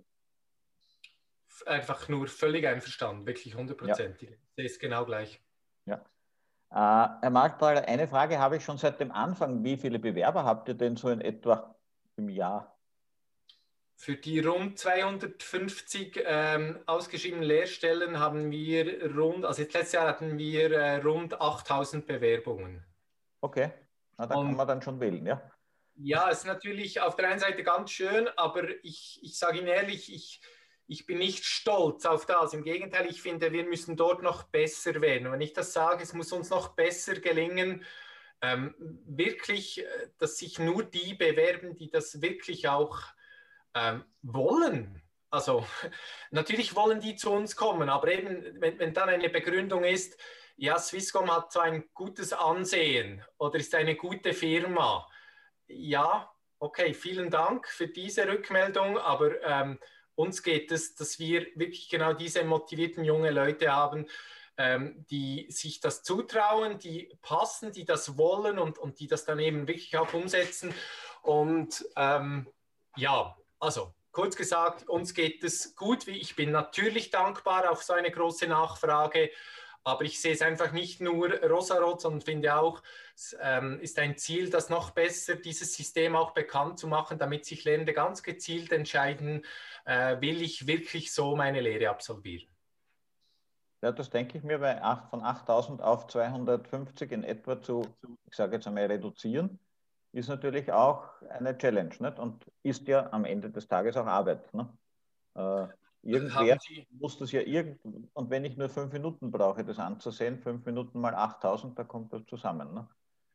Einfach nur völlig einverstanden, wirklich hundertprozentig. Ja. Das ist genau gleich. Ja. Uh, Herr Markthaler, eine Frage habe ich schon seit dem Anfang. Wie viele Bewerber habt ihr denn so in etwa im Jahr? Für die rund zweihundertfünfzig ähm, ausgeschriebenen Lehrstellen haben wir rund, also letztes Jahr hatten wir äh, rund achttausend Bewerbungen. Okay, na, da Und, kann man dann schon wählen, ja? Ja, es ist natürlich auf der einen Seite ganz schön, aber ich, ich sage Ihnen ehrlich, ich... Ich bin nicht stolz auf das. Im Gegenteil, ich finde, wir müssen dort noch besser werden. Und wenn ich das sage, es muss uns noch besser gelingen, ähm, wirklich, dass sich nur die bewerben, die das wirklich auch ähm, wollen. Also natürlich wollen die zu uns kommen, aber eben, wenn, wenn dann eine Begründung ist, ja, Swisscom hat so ein gutes Ansehen oder ist eine gute Firma. Ja, okay, vielen Dank für diese Rückmeldung, aber ähm, uns geht es, dass wir wirklich genau diese motivierten junge Leute haben, ähm, die sich das zutrauen, die passen, die das wollen und, und die das dann eben wirklich auch umsetzen. Und ähm, ja, also kurz gesagt, uns geht es gut. Ich bin natürlich dankbar auf so eine große Nachfrage, aber ich sehe es einfach nicht nur rosarot, sondern finde auch, es ähm, ist ein Ziel, das noch besser, dieses System auch bekannt zu machen, damit sich Lernende ganz gezielt entscheiden, äh, will ich wirklich so meine Lehre absolvieren. Ja, das denke ich mir, bei acht, von achttausend auf zweihundertfünfzig in etwa zu, ich sage jetzt einmal, reduzieren, ist natürlich auch eine Challenge, nicht? Und ist ja am Ende des Tages auch Arbeit. Ne? Äh, Irgendwer muss das ja irgend, und wenn ich nur fünf Minuten brauche, das anzusehen, fünf Minuten mal achttausend, da kommt das zusammen. Ne?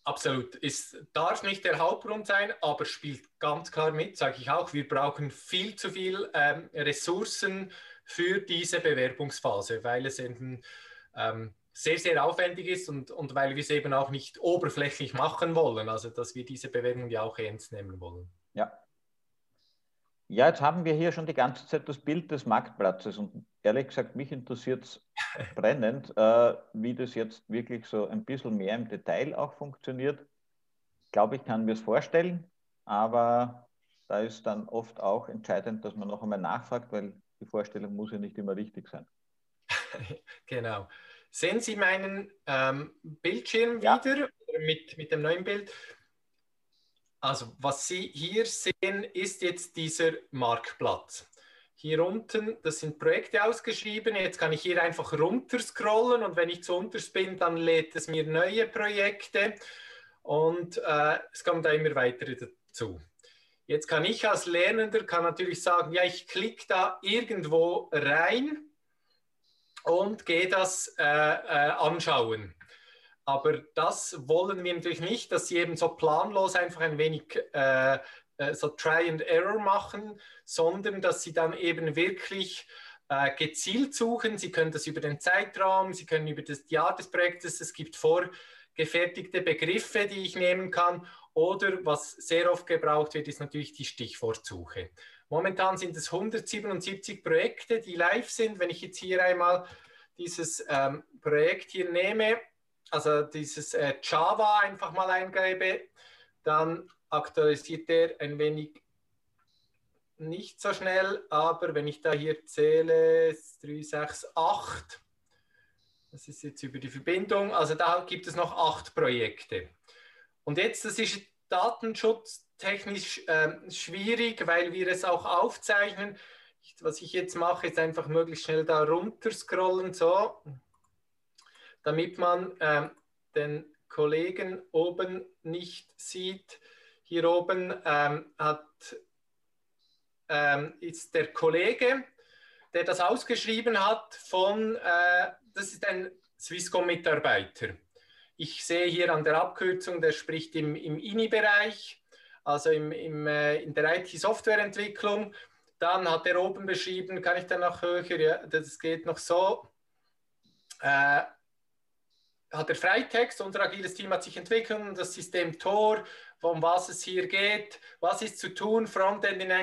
Absolut. Es darf nicht der Hauptgrund sein, aber spielt ganz klar mit, sage ich auch. Wir brauchen viel zu viel ähm, Ressourcen für diese Bewerbungsphase, weil es eben ähm, sehr, sehr aufwendig ist und, und weil wir es eben auch nicht oberflächlich machen wollen, also dass wir diese Bewerbung ja auch ernst nehmen wollen. Ja. Ja, jetzt haben wir hier schon die ganze Zeit das Bild des Marktplatzes und ehrlich gesagt, mich interessiert es brennend, äh, wie das jetzt wirklich so ein bisschen mehr im Detail auch funktioniert. Ich glaube, ich kann mir es vorstellen, aber da ist dann oft auch entscheidend, dass man noch einmal nachfragt, weil die Vorstellung muss ja nicht immer richtig sein. Genau. Sehen Sie meinen ähm, Bildschirm Ja. wieder mit, mit dem neuen Bild? Also was Sie hier sehen, ist jetzt dieser Marktplatz. Hier unten, das sind Projekte ausgeschrieben. Jetzt kann ich hier einfach runter scrollen und wenn ich zu unterst bin, dann lädt es mir neue Projekte und äh, es kommen da immer weitere dazu. Jetzt kann ich als Lernender kann natürlich sagen, ja, ich klicke da irgendwo rein und gehe das äh, äh, anschauen. Aber das wollen wir natürlich nicht, dass Sie eben so planlos einfach ein wenig äh, so Try and Error machen, sondern dass Sie dann eben wirklich äh, gezielt suchen. Sie können das über den Zeitraum, Sie können über das Jahr des Projektes, es gibt vorgefertigte Begriffe, die ich nehmen kann. Oder was sehr oft gebraucht wird, ist natürlich die Stichwortsuche. Momentan sind es hundertsiebenundsiebzig Projekte, die live sind. Wenn ich jetzt hier einmal dieses ähm, Projekt hier nehme, also dieses äh, Java einfach mal eingebe, dann aktualisiert der ein wenig nicht so schnell, aber wenn ich da hier zähle, drei, sechs, acht, das ist jetzt über die Verbindung, also da gibt es noch acht Projekte. Und jetzt, das ist datenschutztechnisch äh, schwierig, weil wir es auch aufzeichnen. Ich, was ich jetzt mache, ist einfach möglichst schnell da runter scrollen, so, damit man äh, den Kollegen oben nicht sieht. Hier oben ähm, hat, ähm, ist der Kollege, der das ausgeschrieben hat, von, äh, das ist ein Swisscom-Mitarbeiter. Ich sehe hier an der Abkürzung, der spricht im, im I N I-Bereich, also im, im, äh, in der I T-Softwareentwicklung. Dann hat er oben beschrieben, kann ich dann noch höher, ja, das geht noch so, äh, hat der Freitext, unser agiles Team hat sich entwickelt, das System Tor, um was es hier geht, was ist zu tun, Frontend in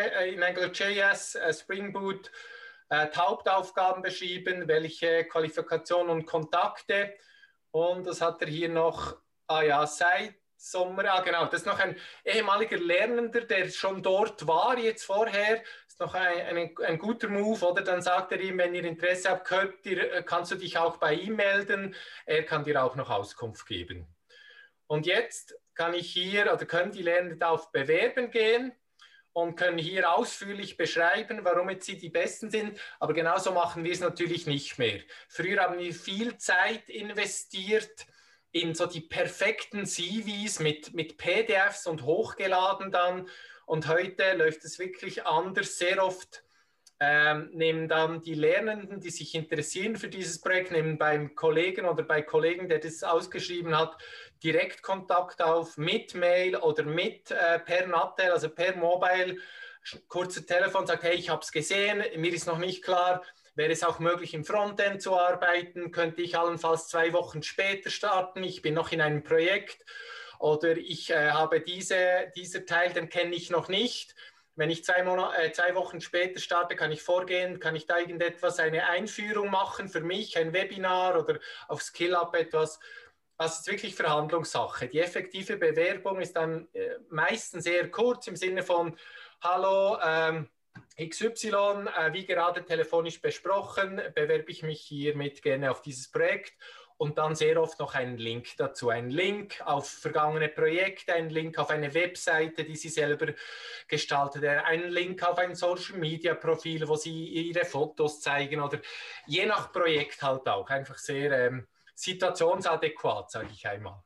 AngularJS, äh, Spring Boot, äh, Hauptaufgaben beschrieben, welche Qualifikationen und Kontakte und das hat er hier noch, ah ja, seit Sommer, ah genau, das ist noch ein ehemaliger Lernender, der schon dort war, jetzt vorher, ist noch ein, ein, ein guter Move, oder? Dann sagt er ihm, wenn ihr Interesse habt, könnt ihr, kannst du dich auch bei ihm melden, er kann dir auch noch Auskunft geben. Und jetzt kann ich hier, oder können die Lernenden auf Bewerben gehen und können hier ausführlich beschreiben, warum jetzt sie die Besten sind, aber genauso machen wir es natürlich nicht mehr. Früher haben wir viel Zeit investiert, in so die perfekten C Vs mit, mit P D Fs und hochgeladen dann. Und heute läuft es wirklich anders. Sehr oft ähm, nehmen dann die Lernenden, die sich interessieren für dieses Projekt, nehmen beim Kollegen oder bei Kollegen, der das ausgeschrieben hat, direkt Kontakt auf mit Mail oder mit äh, per Nattel, also per Mobile, kurze Telefon, sagt, hey, ich habe es gesehen, mir ist noch nicht klar, wäre es auch möglich, im Frontend zu arbeiten? Könnte ich allenfalls zwei Wochen später starten? Ich bin noch in einem Projekt. Oder ich äh, habe diese, dieser Teil, den kenne ich noch nicht. Wenn ich zwei, Monate, äh, zwei Wochen später starte, kann ich vorgehen, kann ich da irgendetwas, eine Einführung machen für mich, ein Webinar oder auf SkillUp etwas. Das ist wirklich Verhandlungssache. Die effektive Bewerbung ist dann äh, meistens sehr kurz im Sinne von, hallo, ähm, X Y, äh, wie gerade telefonisch besprochen, bewerbe ich mich hiermit gerne auf dieses Projekt und dann sehr oft noch einen Link dazu. Ein Link auf vergangene Projekte, ein Link auf eine Webseite, die Sie selber gestaltet, ein Link auf ein Social-Media-Profil, wo Sie Ihre Fotos zeigen oder je nach Projekt halt auch. Einfach sehr ähm, situationsadäquat, sage ich einmal.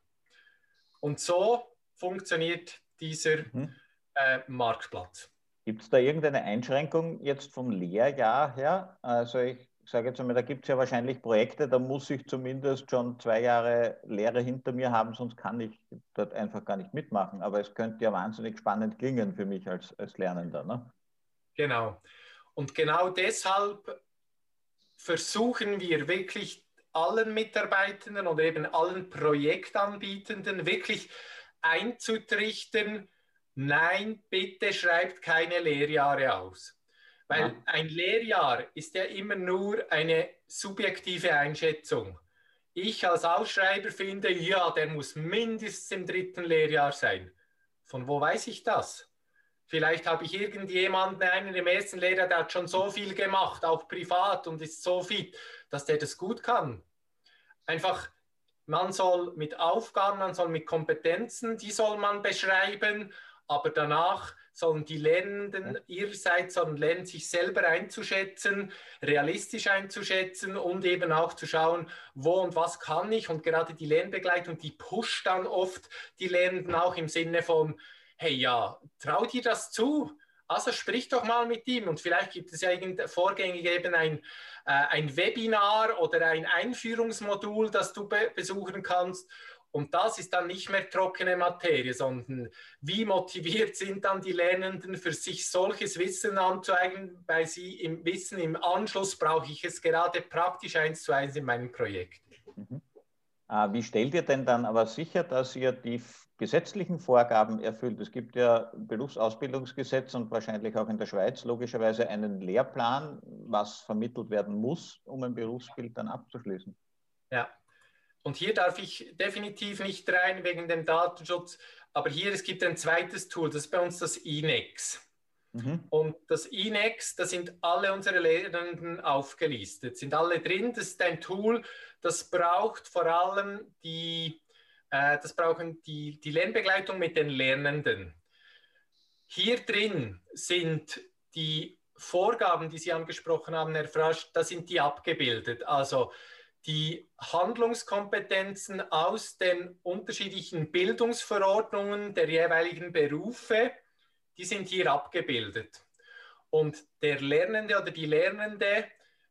Und so funktioniert dieser mhm. äh, Marktplatz. Gibt es da irgendeine Einschränkung jetzt vom Lehrjahr her? Also ich ich sage jetzt einmal, da gibt es ja wahrscheinlich Projekte, da muss ich zumindest schon zwei Jahre Lehre hinter mir haben, sonst kann ich dort einfach gar nicht mitmachen. Aber es könnte ja wahnsinnig spannend klingen für mich als, als Lernender. Ne? Genau. Und genau deshalb versuchen wir wirklich allen Mitarbeitenden oder eben allen Projektanbietenden wirklich einzutrichtern, nein, bitte schreibt keine Lehrjahre aus. Weil ja. ein Lehrjahr ist ja immer nur eine subjektive Einschätzung. Ich als Ausschreiber finde, ja, der muss mindestens im dritten Lehrjahr sein. Von wo weiß ich das? Vielleicht habe ich irgendjemanden, einen im ersten Lehrjahr, der hat schon so viel gemacht, auch privat und ist so fit, dass der das gut kann. Einfach, man soll mit Aufgaben, man soll mit Kompetenzen, die soll man beschreiben, aber danach sollen die Lernenden ihrerseits sollen lernen, sich selber einzuschätzen, realistisch einzuschätzen und eben auch zu schauen, wo und was kann ich. Und gerade die Lernbegleitung, die pusht dann oft die Lernenden auch im Sinne von, hey ja, trau dir das zu, also sprich doch mal mit ihm und vielleicht gibt es ja vorgängig eben ein, äh, ein Webinar oder ein Einführungsmodul, das du be besuchen kannst und das ist dann nicht mehr trockene Materie, sondern wie motiviert sind dann die Lernenden für sich solches Wissen anzueignen, weil sie im Wissen im Anschluss brauche ich es gerade praktisch eins zu eins in meinem Projekt. Mhm. Wie stellt ihr denn dann aber sicher, dass ihr die gesetzlichen Vorgaben erfüllt? Es gibt ja Berufsausbildungsgesetz und wahrscheinlich auch in der Schweiz logischerweise einen Lehrplan, was vermittelt werden muss, um ein Berufsbild dann abzuschließen. Ja, und hier darf ich definitiv nicht rein wegen dem Datenschutz, aber hier, es gibt ein zweites Tool, das ist bei uns das I N E X. Mhm. Und das I N E X, da sind alle unsere Lehrenden aufgelistet, sind alle drin. Das ist ein Tool, das braucht vor allem die, äh, das brauchen die, die Lernbegleitung mit den Lernenden. Hier drin sind die Vorgaben, die Sie angesprochen haben, Herr Frasch, da sind die abgebildet. Also die Handlungskompetenzen aus den unterschiedlichen Bildungsverordnungen der jeweiligen Berufe, die sind hier abgebildet. Und der Lernende oder die Lernende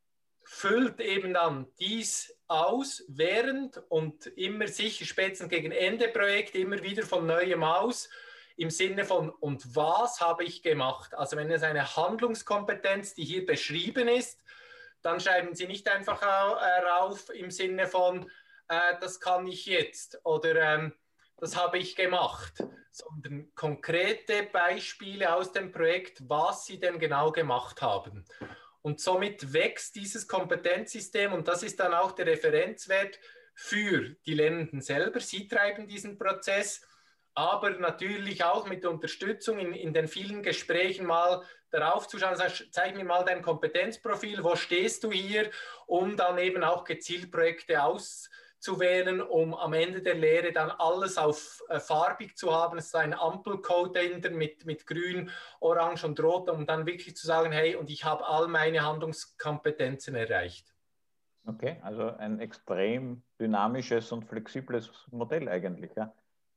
füllt eben dann dies aus, während und immer sicher spätestens gegen Ende Projekt immer wieder von Neuem aus, im Sinne von, und was habe ich gemacht? Also wenn es eine Handlungskompetenz, die hier beschrieben ist, dann schreiben Sie nicht einfach rauf im Sinne von, äh, das kann ich jetzt oder ähm, das habe ich gemacht, sondern konkrete Beispiele aus dem Projekt, was Sie denn genau gemacht haben. Und somit wächst dieses Kompetenzsystem und das ist dann auch der Referenzwert für die Lernenden selber. Sie treiben diesen Prozess, aber natürlich auch mit der Unterstützung in, in den vielen Gesprächen mal darauf zu schauen, zeig mir mal dein Kompetenzprofil, wo stehst du hier, um dann eben auch gezielt Projekte auszuwählen, um am Ende der Lehre dann alles auf äh, farbig zu haben. Es ist ein Ampelcode dahinter mit, mit grün, orange und rot, um dann wirklich zu sagen, hey, und ich habe all meine Handlungskompetenzen erreicht. Okay, also ein extrem dynamisches und flexibles Modell eigentlich, ja.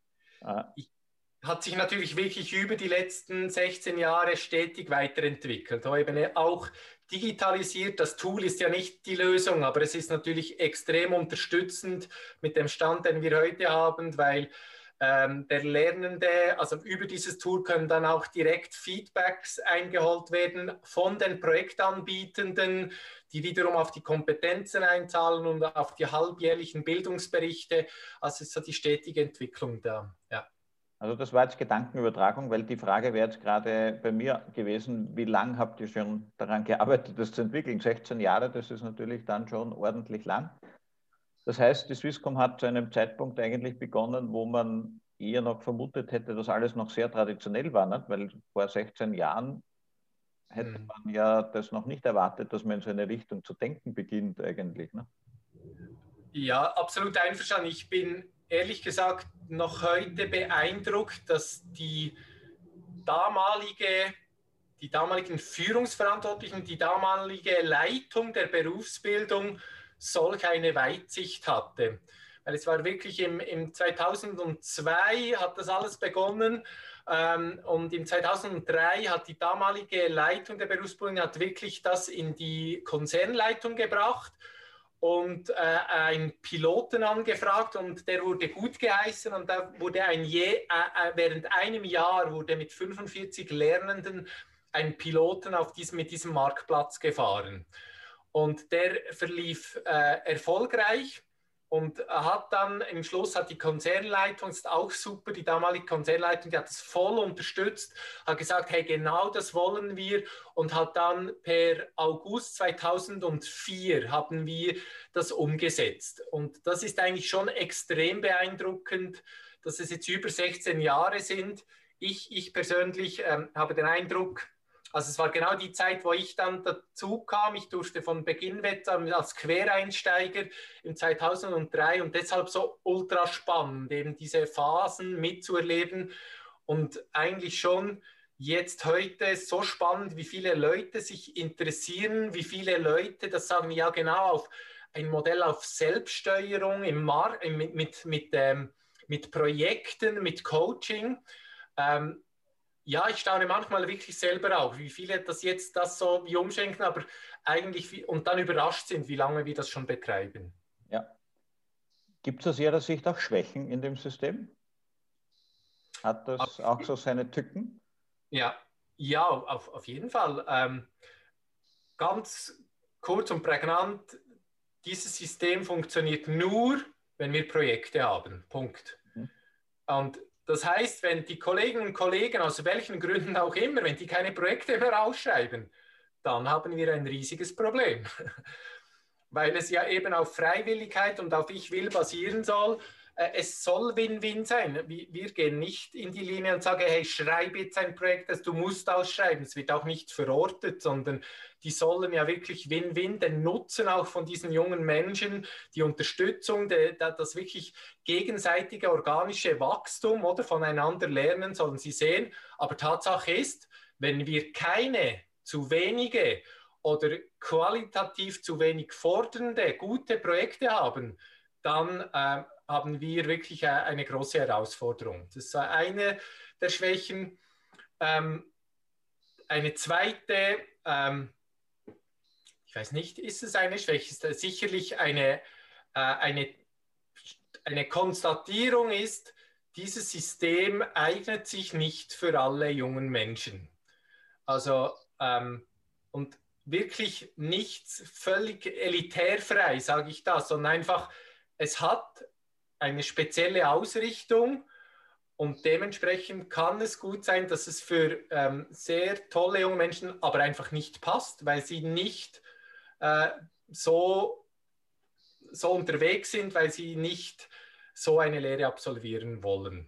Ich, hat sich natürlich wirklich über die letzten sechzehn Jahre stetig weiterentwickelt. Eben auch digitalisiert. Das Tool ist ja nicht die Lösung, aber es ist natürlich extrem unterstützend mit dem Stand, den wir heute haben, weil ähm, der Lernende, also über dieses Tool können dann auch direkt Feedbacks eingeholt werden von den Projektanbietenden, die wiederum auf die Kompetenzen einzahlen und auf die halbjährlichen Bildungsberichte. Also ist so die stetige Entwicklung da. Ja. Also das war jetzt Gedankenübertragung, weil die Frage wäre jetzt gerade bei mir gewesen, wie lange habt ihr schon daran gearbeitet, das zu entwickeln? sechzehn Jahre, das ist natürlich dann schon ordentlich lang. Das heißt, die Swisscom hat zu einem Zeitpunkt eigentlich begonnen, wo man eher noch vermutet hätte, dass alles noch sehr traditionell war, nicht? Weil vor sechzehn Jahren hätte hm. man ja das noch nicht erwartet, dass man in so eine Richtung zu denken beginnt eigentlich. Ne? Ja, absolut einverstanden. Ich bin ehrlich gesagt noch heute beeindruckt, dass die damalige, die damaligen Führungsverantwortlichen, die damalige Leitung der Berufsbildung solch eine Weitsicht hatte. Weil es war wirklich im, im zweitausendzwei hat das alles begonnen, Ähm, und im zweitausenddrei hat die damalige Leitung der Berufsbildung hat wirklich das in die Konzernleitung gebracht und äh, einen Piloten angefragt und der wurde gut geheißen und da wurde ein je, äh, während einem Jahr wurde mit fünfundvierzig Lernenden ein Piloten auf diesem, mit diesem Marktplatz gefahren. Und der verlief äh, erfolgreich. Und hat dann, im Schluss hat die Konzernleitung, das ist auch super, die damalige Konzernleitung, die hat es voll unterstützt, hat gesagt, hey, genau das wollen wir und hat dann per August zweitausendvier haben wir das umgesetzt. Und das ist eigentlich schon extrem beeindruckend, dass es jetzt über sechzehn Jahre sind. Ich, ich persönlich ähm, habe den Eindruck, also es war genau die Zeit, wo ich dann dazu kam. Ich durfte von Beginn weg als Quereinsteiger im zweitausenddrei und deshalb so ultra spannend, eben diese Phasen mitzuerleben und eigentlich schon jetzt heute so spannend, wie viele Leute sich interessieren, wie viele Leute, das sagen ja genau, auf ein Modell auf Selbststeuerung im Mar mit, mit, mit, ähm, mit Projekten, mit Coaching. Ähm, Ja, ich staune manchmal wirklich selber auch, wie viele das jetzt das so wie umschenken, aber eigentlich wie, und dann überrascht sind, wie lange wir das schon betreiben. Ja. Gibt es aus Ihrer Sicht auch Schwächen in dem System? Hat das auch so seine Tücken? Ja, ja, auf, auf jeden Fall. Ähm, ganz kurz und prägnant, dieses System funktioniert nur, wenn wir Projekte haben. Punkt. Mhm. Und das heißt, wenn die Kolleginnen und Kollegen, aus welchen Gründen auch immer, wenn die keine Projekte mehr ausschreiben, dann haben wir ein riesiges Problem. Weil es ja eben auf Freiwilligkeit und auf Ich will basieren soll. Es soll Win-Win sein. Wir gehen nicht in die Linie und sagen, hey, schreib jetzt ein Projekt, das du musst ausschreiben. Es wird auch nicht verortet, sondern die sollen ja wirklich Win-Win, den Nutzen auch von diesen jungen Menschen, die Unterstützung, das wirklich gegenseitige organische Wachstum oder voneinander lernen, sollen sie sehen. Aber Tatsache ist, wenn wir keine, zu wenige oder qualitativ zu wenig fordernde, gute Projekte haben, dann äh, haben wir wirklich eine große Herausforderung. Das ist eine der Schwächen. Ähm, eine zweite, ähm, ich weiß nicht, ist es eine Schwäche, ist sicherlich eine, äh, eine, eine Konstatierung ist, dieses System eignet sich nicht für alle jungen Menschen. Also, ähm, und wirklich nichts völlig elitärfrei, sage ich das, sondern einfach, es hat eine spezielle Ausrichtung und dementsprechend kann es gut sein, dass es für ähm, sehr tolle junge Menschen aber einfach nicht passt, weil sie nicht äh, so, so unterwegs sind, weil sie nicht so eine Lehre absolvieren wollen.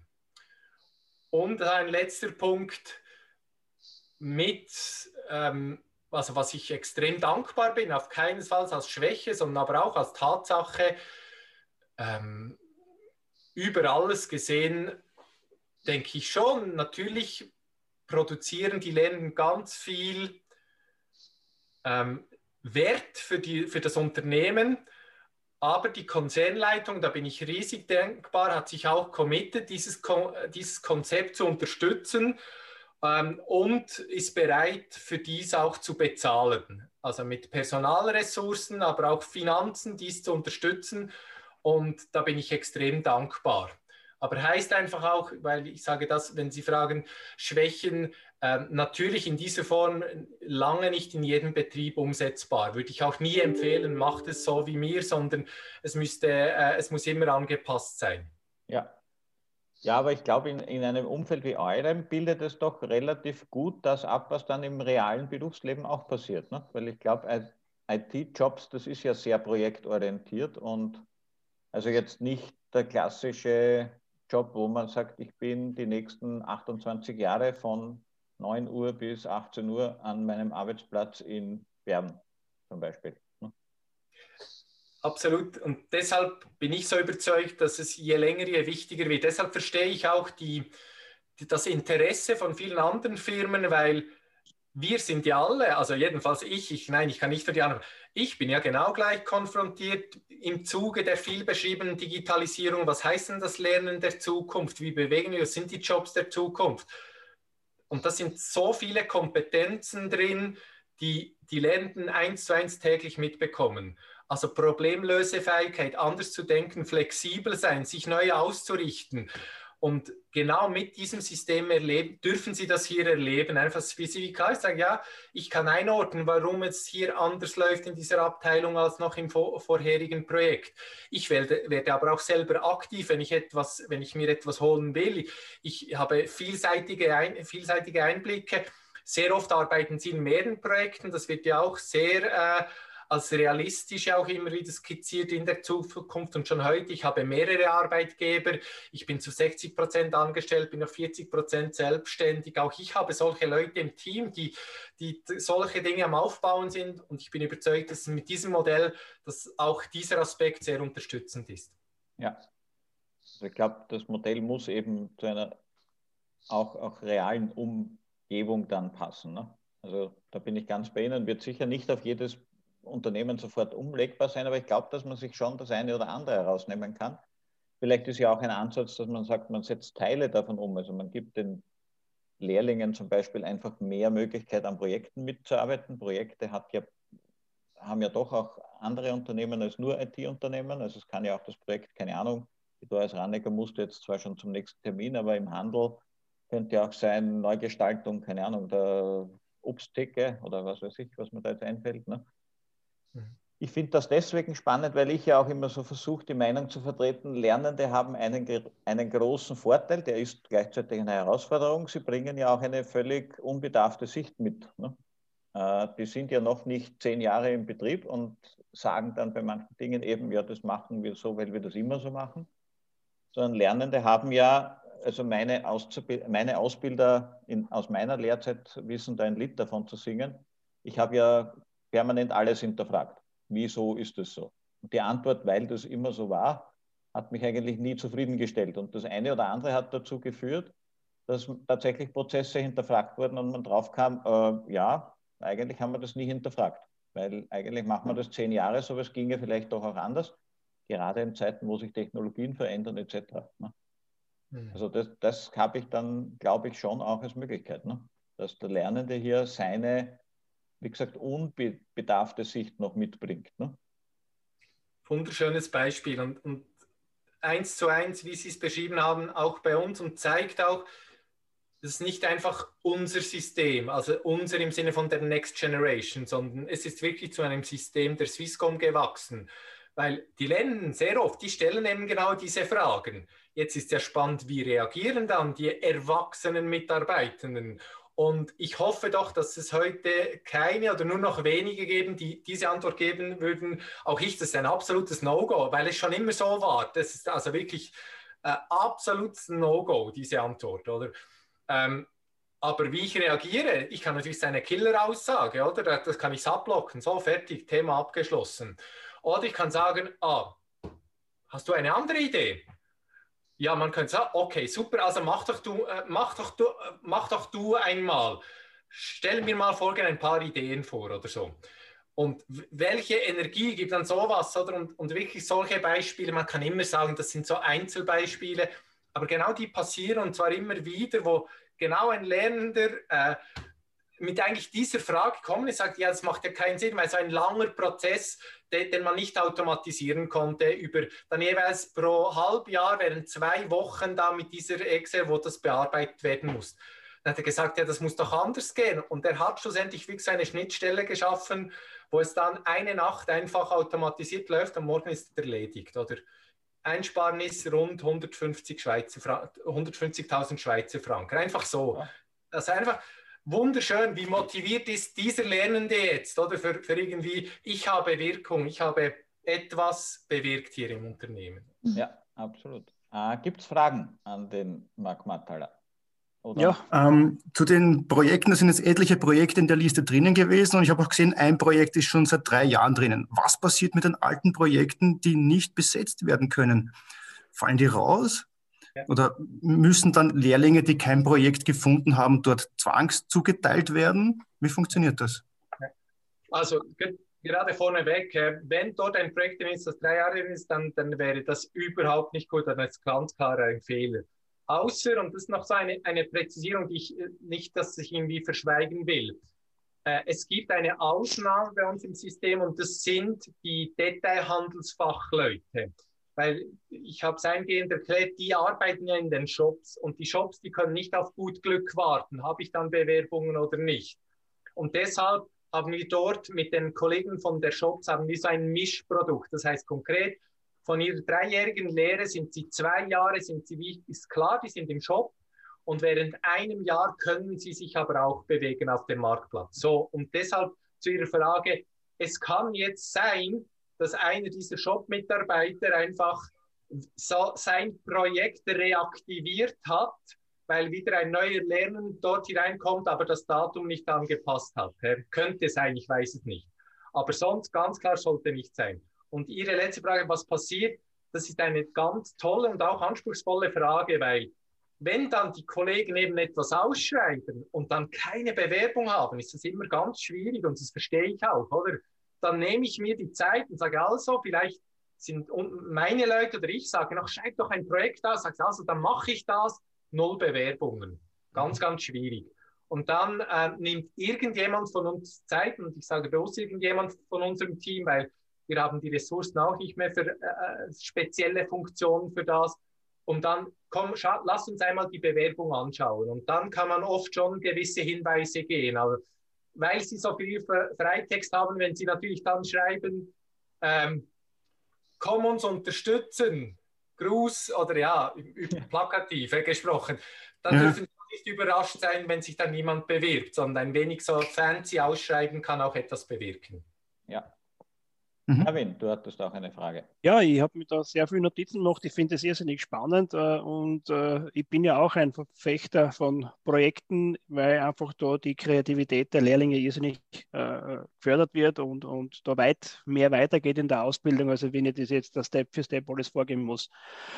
Und ein letzter Punkt mit, ähm, also was ich extrem dankbar bin, auf keinen Fall als Schwäche, sondern aber auch als Tatsache, ähm, über alles gesehen, denke ich schon, natürlich produzieren die Lernenden ganz viel ähm, Wert für, die, für das Unternehmen, aber die Konzernleitung, da bin ich riesig dankbar, hat sich auch committed, dieses, dieses Konzept zu unterstützen ähm, und ist bereit, für dies auch zu bezahlen. Also mit Personalressourcen, aber auch Finanzen, dies zu unterstützen. Und da bin ich extrem dankbar. Aber heißt einfach auch, weil ich sage das, wenn Sie fragen, Schwächen, äh, natürlich in dieser Form lange nicht in jedem Betrieb umsetzbar. Würde ich auch nie empfehlen, macht es so wie mir, sondern es, müsste, äh, es muss immer angepasst sein. Ja, ja, aber ich glaube, in, in einem Umfeld wie eurem bildet es doch relativ gut das ab, was dann im realen Berufsleben auch passiert. Ne? Weil ich glaube, I T-Jobs, das ist ja sehr projektorientiert und also jetzt nicht der klassische Job, wo man sagt, ich bin die nächsten achtundzwanzig Jahre von neun Uhr bis achtzehn Uhr an meinem Arbeitsplatz in Bern zum Beispiel. Absolut. Und deshalb bin ich so überzeugt, dass es je länger, je wichtiger wird. Deshalb verstehe ich auch die, die, das Interesse von vielen anderen Firmen, weil wir sind ja alle, also jedenfalls ich, ich, nein, ich kann nicht für die anderen, ich bin ja genau gleich konfrontiert im Zuge der viel beschriebenen Digitalisierung. Was heißt denn das Lernen der Zukunft? Wie bewegen wir? Was sind die Jobs der Zukunft? Und da sind so viele Kompetenzen drin, die die Lernenden eins zu eins täglich mitbekommen. Also Problemlösefähigkeit, anders zu denken, flexibel sein, sich neu auszurichten. Und genau mit diesem System erleben, dürfen Sie das hier erleben. Einfach spezifisch sagen, ja, ich kann einordnen, warum es hier anders läuft in dieser Abteilung als noch im vor vorherigen Projekt. Ich werde, werde aber auch selber aktiv, wenn ich, etwas, wenn ich mir etwas holen will. Ich habe vielseitige, ein, vielseitige Einblicke. Sehr oft arbeiten Sie in mehreren Projekten. Das wird ja auch sehr äh, als realistisch auch immer wieder skizziert in der Zukunft und schon heute. Ich habe mehrere Arbeitgeber. Ich bin zu sechzig Prozent angestellt, bin noch vierzig Prozent selbstständig. Auch ich habe solche Leute im Team, die, die solche Dinge am Aufbauen sind. Und ich bin überzeugt, dass mit diesem Modell, dass auch dieser Aspekt sehr unterstützend ist. Ja, also ich glaube, das Modell muss eben zu einer auch, auch realen Umgebung dann passen. Ne? Also da bin ich ganz bei Ihnen, wird sicher nicht auf jedes Unternehmen sofort umlegbar sein, aber ich glaube, dass man sich schon das eine oder andere herausnehmen kann. Vielleicht ist ja auch ein Ansatz, dass man sagt, man setzt Teile davon um. Also man gibt den Lehrlingen zum Beispiel einfach mehr Möglichkeit, an Projekten mitzuarbeiten. Projekte hat ja, haben ja doch auch andere Unternehmen als nur I T-Unternehmen. Also es kann ja auch das Projekt, keine Ahnung, die Doris Rannecker musste jetzt zwar schon zum nächsten Termin, aber im Handel könnte ja auch sein, Neugestaltung, keine Ahnung, der Obsttheke oder was weiß ich, was mir da jetzt einfällt, ne? Ich finde das deswegen spannend, weil ich ja auch immer so versuche, die Meinung zu vertreten, Lernende haben einen, einen großen Vorteil, der ist gleichzeitig eine Herausforderung. Sie bringen ja auch eine völlig unbedarfte Sicht mit. Ne? Äh, die sind ja noch nicht zehn Jahre im Betrieb und sagen dann bei manchen Dingen eben, ja, das machen wir so, weil wir das immer so machen. Sondern Lernende haben ja, also meine, meine Ausbilder in, aus meiner Lehrzeit wissen da ein Lied davon zu singen. Ich habe ja permanent alles hinterfragt. Wieso ist das so? Und die Antwort, weil das immer so war, hat mich eigentlich nie zufriedengestellt. Und das eine oder andere hat dazu geführt, dass tatsächlich Prozesse hinterfragt wurden und man drauf kam, äh, ja, eigentlich haben wir das nie hinterfragt. Weil eigentlich machen wir das zehn Jahre, so es ginge vielleicht doch auch anders, gerade in Zeiten, wo sich Technologien verändern et cetera. Ne? Mhm. Also das, das habe ich dann, glaube ich, schon auch als Möglichkeit, ne? Dass der Lernende hier seine, wie gesagt, unbedarfte Sicht noch mitbringt. Ne? Wunderschönes Beispiel und, und eins zu eins, wie Sie es beschrieben haben, auch bei uns und zeigt auch, das ist nicht einfach unser System, also unser im Sinne von der Next Generation, sondern es ist wirklich zu einem System der Swisscom gewachsen. Weil die Lernenden sehr oft, die stellen eben genau diese Fragen. Jetzt ist ja spannend, wie reagieren dann die erwachsenen Mitarbeitenden? Und ich hoffe doch, dass es heute keine oder nur noch wenige geben, die diese Antwort geben würden. Auch ich, das ist ein absolutes No-Go, weil es schon immer so war. Das ist also wirklich äh, absolutes No-Go, diese Antwort, oder? Ähm, aber wie ich reagiere, ich kann natürlich seine Killer-Aussage, oder? Das kann ich abblocken, so fertig, Thema abgeschlossen. Oder ich kann sagen, ah, hast du eine andere Idee? Ja, man könnte sagen, okay, super, also mach doch du, äh, mach doch du, äh, mach doch du einmal. Stell mir mal vor, ein paar Ideen vor oder so. Und welche Energie gibt dann sowas, oder? Und, und wirklich solche Beispiele, man kann immer sagen, das sind so Einzelbeispiele, aber genau die passieren und zwar immer wieder, wo genau ein Lernender äh, mit eigentlich dieser Frage kommen und sagt, ja, das macht ja keinen Sinn, weil so ein langer Prozess, den, den man nicht automatisieren konnte, über dann jeweils pro Halbjahr während zwei Wochen da mit dieser Excel, wo das bearbeitet werden muss. Dann hat er gesagt, ja, das muss doch anders gehen. Und er hat schlussendlich wirklich eine Schnittstelle geschaffen, wo es dann eine Nacht einfach automatisiert läuft und morgen ist es erledigt, oder? Einsparnis rund hundertfünfzigtausend Schweizer Franken. Einfach so. Also einfach wunderschön, wie motiviert ist dieser Lernende jetzt, oder? Für, für irgendwie, ich habe Wirkung, ich habe etwas bewirkt hier im Unternehmen. Ja, absolut. Äh, Gibt es Fragen an den Marc Mattaler? Oder? Ja, ähm, zu den Projekten, da sind jetzt etliche Projekte in der Liste drinnen gewesen und ich habe auch gesehen, ein Projekt ist schon seit drei Jahren drinnen. Was passiert mit den alten Projekten, die nicht besetzt werden können? Fallen die raus? Oder müssen dann Lehrlinge, die kein Projekt gefunden haben, dort zwangszugeteilt werden? Wie funktioniert das? Also gerade vorneweg, wenn dort ein Projekt ist, das drei Jahre ist, dann, dann wäre das überhaupt nicht gut, dann ist ganz klar ein Fehler. Außer, und das ist noch so eine, eine Präzisierung, die ich nicht, dass ich irgendwie verschweigen will. Äh, es gibt eine Ausnahme bei uns im System und das sind die Detailhandelsfachleute. Weil ich habe es eingehend erklärt, die arbeiten ja in den Shops und die Shops, die können nicht auf gut Glück warten. Habe ich dann Bewerbungen oder nicht? Und deshalb haben wir dort mit den Kollegen von der Shops haben wir so ein Mischprodukt. Das heißt konkret, von ihrer dreijährigen Lehre sind sie zwei Jahre, sind sie, wie ist klar, die sind im Shop und während einem Jahr können sie sich aber auch bewegen auf dem Marktplatz. So, und deshalb zu Ihrer Frage, es kann jetzt sein, dass einer dieser Shop-Mitarbeiter einfach so sein Projekt reaktiviert hat, weil wieder ein neuer Lerner dort hineinkommt, aber das Datum nicht angepasst hat. Könnte sein, ich weiß es nicht. Aber sonst ganz klar sollte nicht sein. Und Ihre letzte Frage, was passiert, das ist eine ganz tolle und auch anspruchsvolle Frage, weil wenn dann die Kollegen eben etwas ausschreiben und dann keine Bewerbung haben, ist das immer ganz schwierig und das verstehe ich auch, oder? Dann nehme ich mir die Zeit und sage also, vielleicht sind meine Leute oder ich sage noch, schreib doch ein Projekt aus, sage also, dann mache ich das, null Bewerbungen. Ganz, ganz schwierig. Und dann äh, nimmt irgendjemand von uns Zeit, und ich sage bewusst irgendjemand von unserem Team, weil wir haben die Ressourcen auch nicht mehr für äh, spezielle Funktionen für das. Und dann, komm, schau, lass uns einmal die Bewerbung anschauen. Und dann kann man oft schon gewisse Hinweise geben. Aber weil Sie so viel Freitext haben, wenn Sie natürlich dann schreiben, ähm, komm uns unterstützen, Gruß oder ja, plakativ äh, gesprochen, dann ja. dürfen Sie nicht überrascht sein, wenn sich dann niemand bewirbt, sondern ein wenig so fancy ausschreiben kann auch etwas bewirken. Ja. Mhm. Erwin, du hattest auch eine Frage. Ja, ich habe mir da sehr viele Notizen gemacht. Ich finde es irrsinnig spannend äh, und äh, ich bin ja auch ein Verfechter von Projekten, weil einfach da die Kreativität der Lehrlinge irrsinnig äh, gefördert wird und, und da weit mehr weitergeht in der Ausbildung, also wenn ich das jetzt da Step für Step alles vorgeben muss.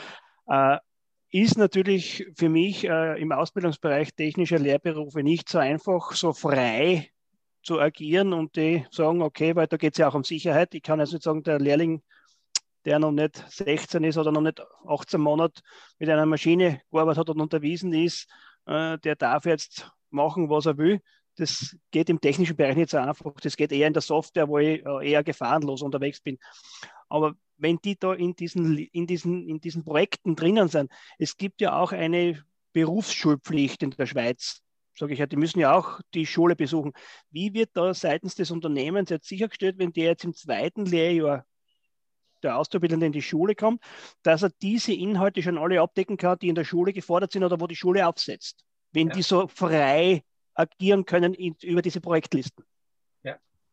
Äh, ist natürlich für mich äh, im Ausbildungsbereich technischer Lehrberufe nicht so einfach, so frei zu agieren und die sagen, okay, weil da geht es ja auch um Sicherheit. Ich kann also nicht sagen, der Lehrling, der noch nicht sechzehn ist oder noch nicht achtzehn Monate mit einer Maschine gearbeitet hat und unterwiesen ist, äh, der darf jetzt machen, was er will. Das geht im technischen Bereich nicht so einfach. Das geht eher in der Software, wo ich äh, eher gefahrenlos unterwegs bin. Aber wenn die da in diesen, in, diesen, in diesen Projekten drinnen sind, es gibt ja auch eine Berufsschulpflicht in der Schweiz. Sage ich ja, die müssen ja auch die Schule besuchen. Wie wird da seitens des Unternehmens jetzt sichergestellt, wenn der jetzt im zweiten Lehrjahr der Auszubildende in die Schule kommt, dass er diese Inhalte schon alle abdecken kann, die in der Schule gefordert sind oder wo die Schule aufsetzt, wenn ja. die so frei agieren können in, über diese Projektlisten? Ja,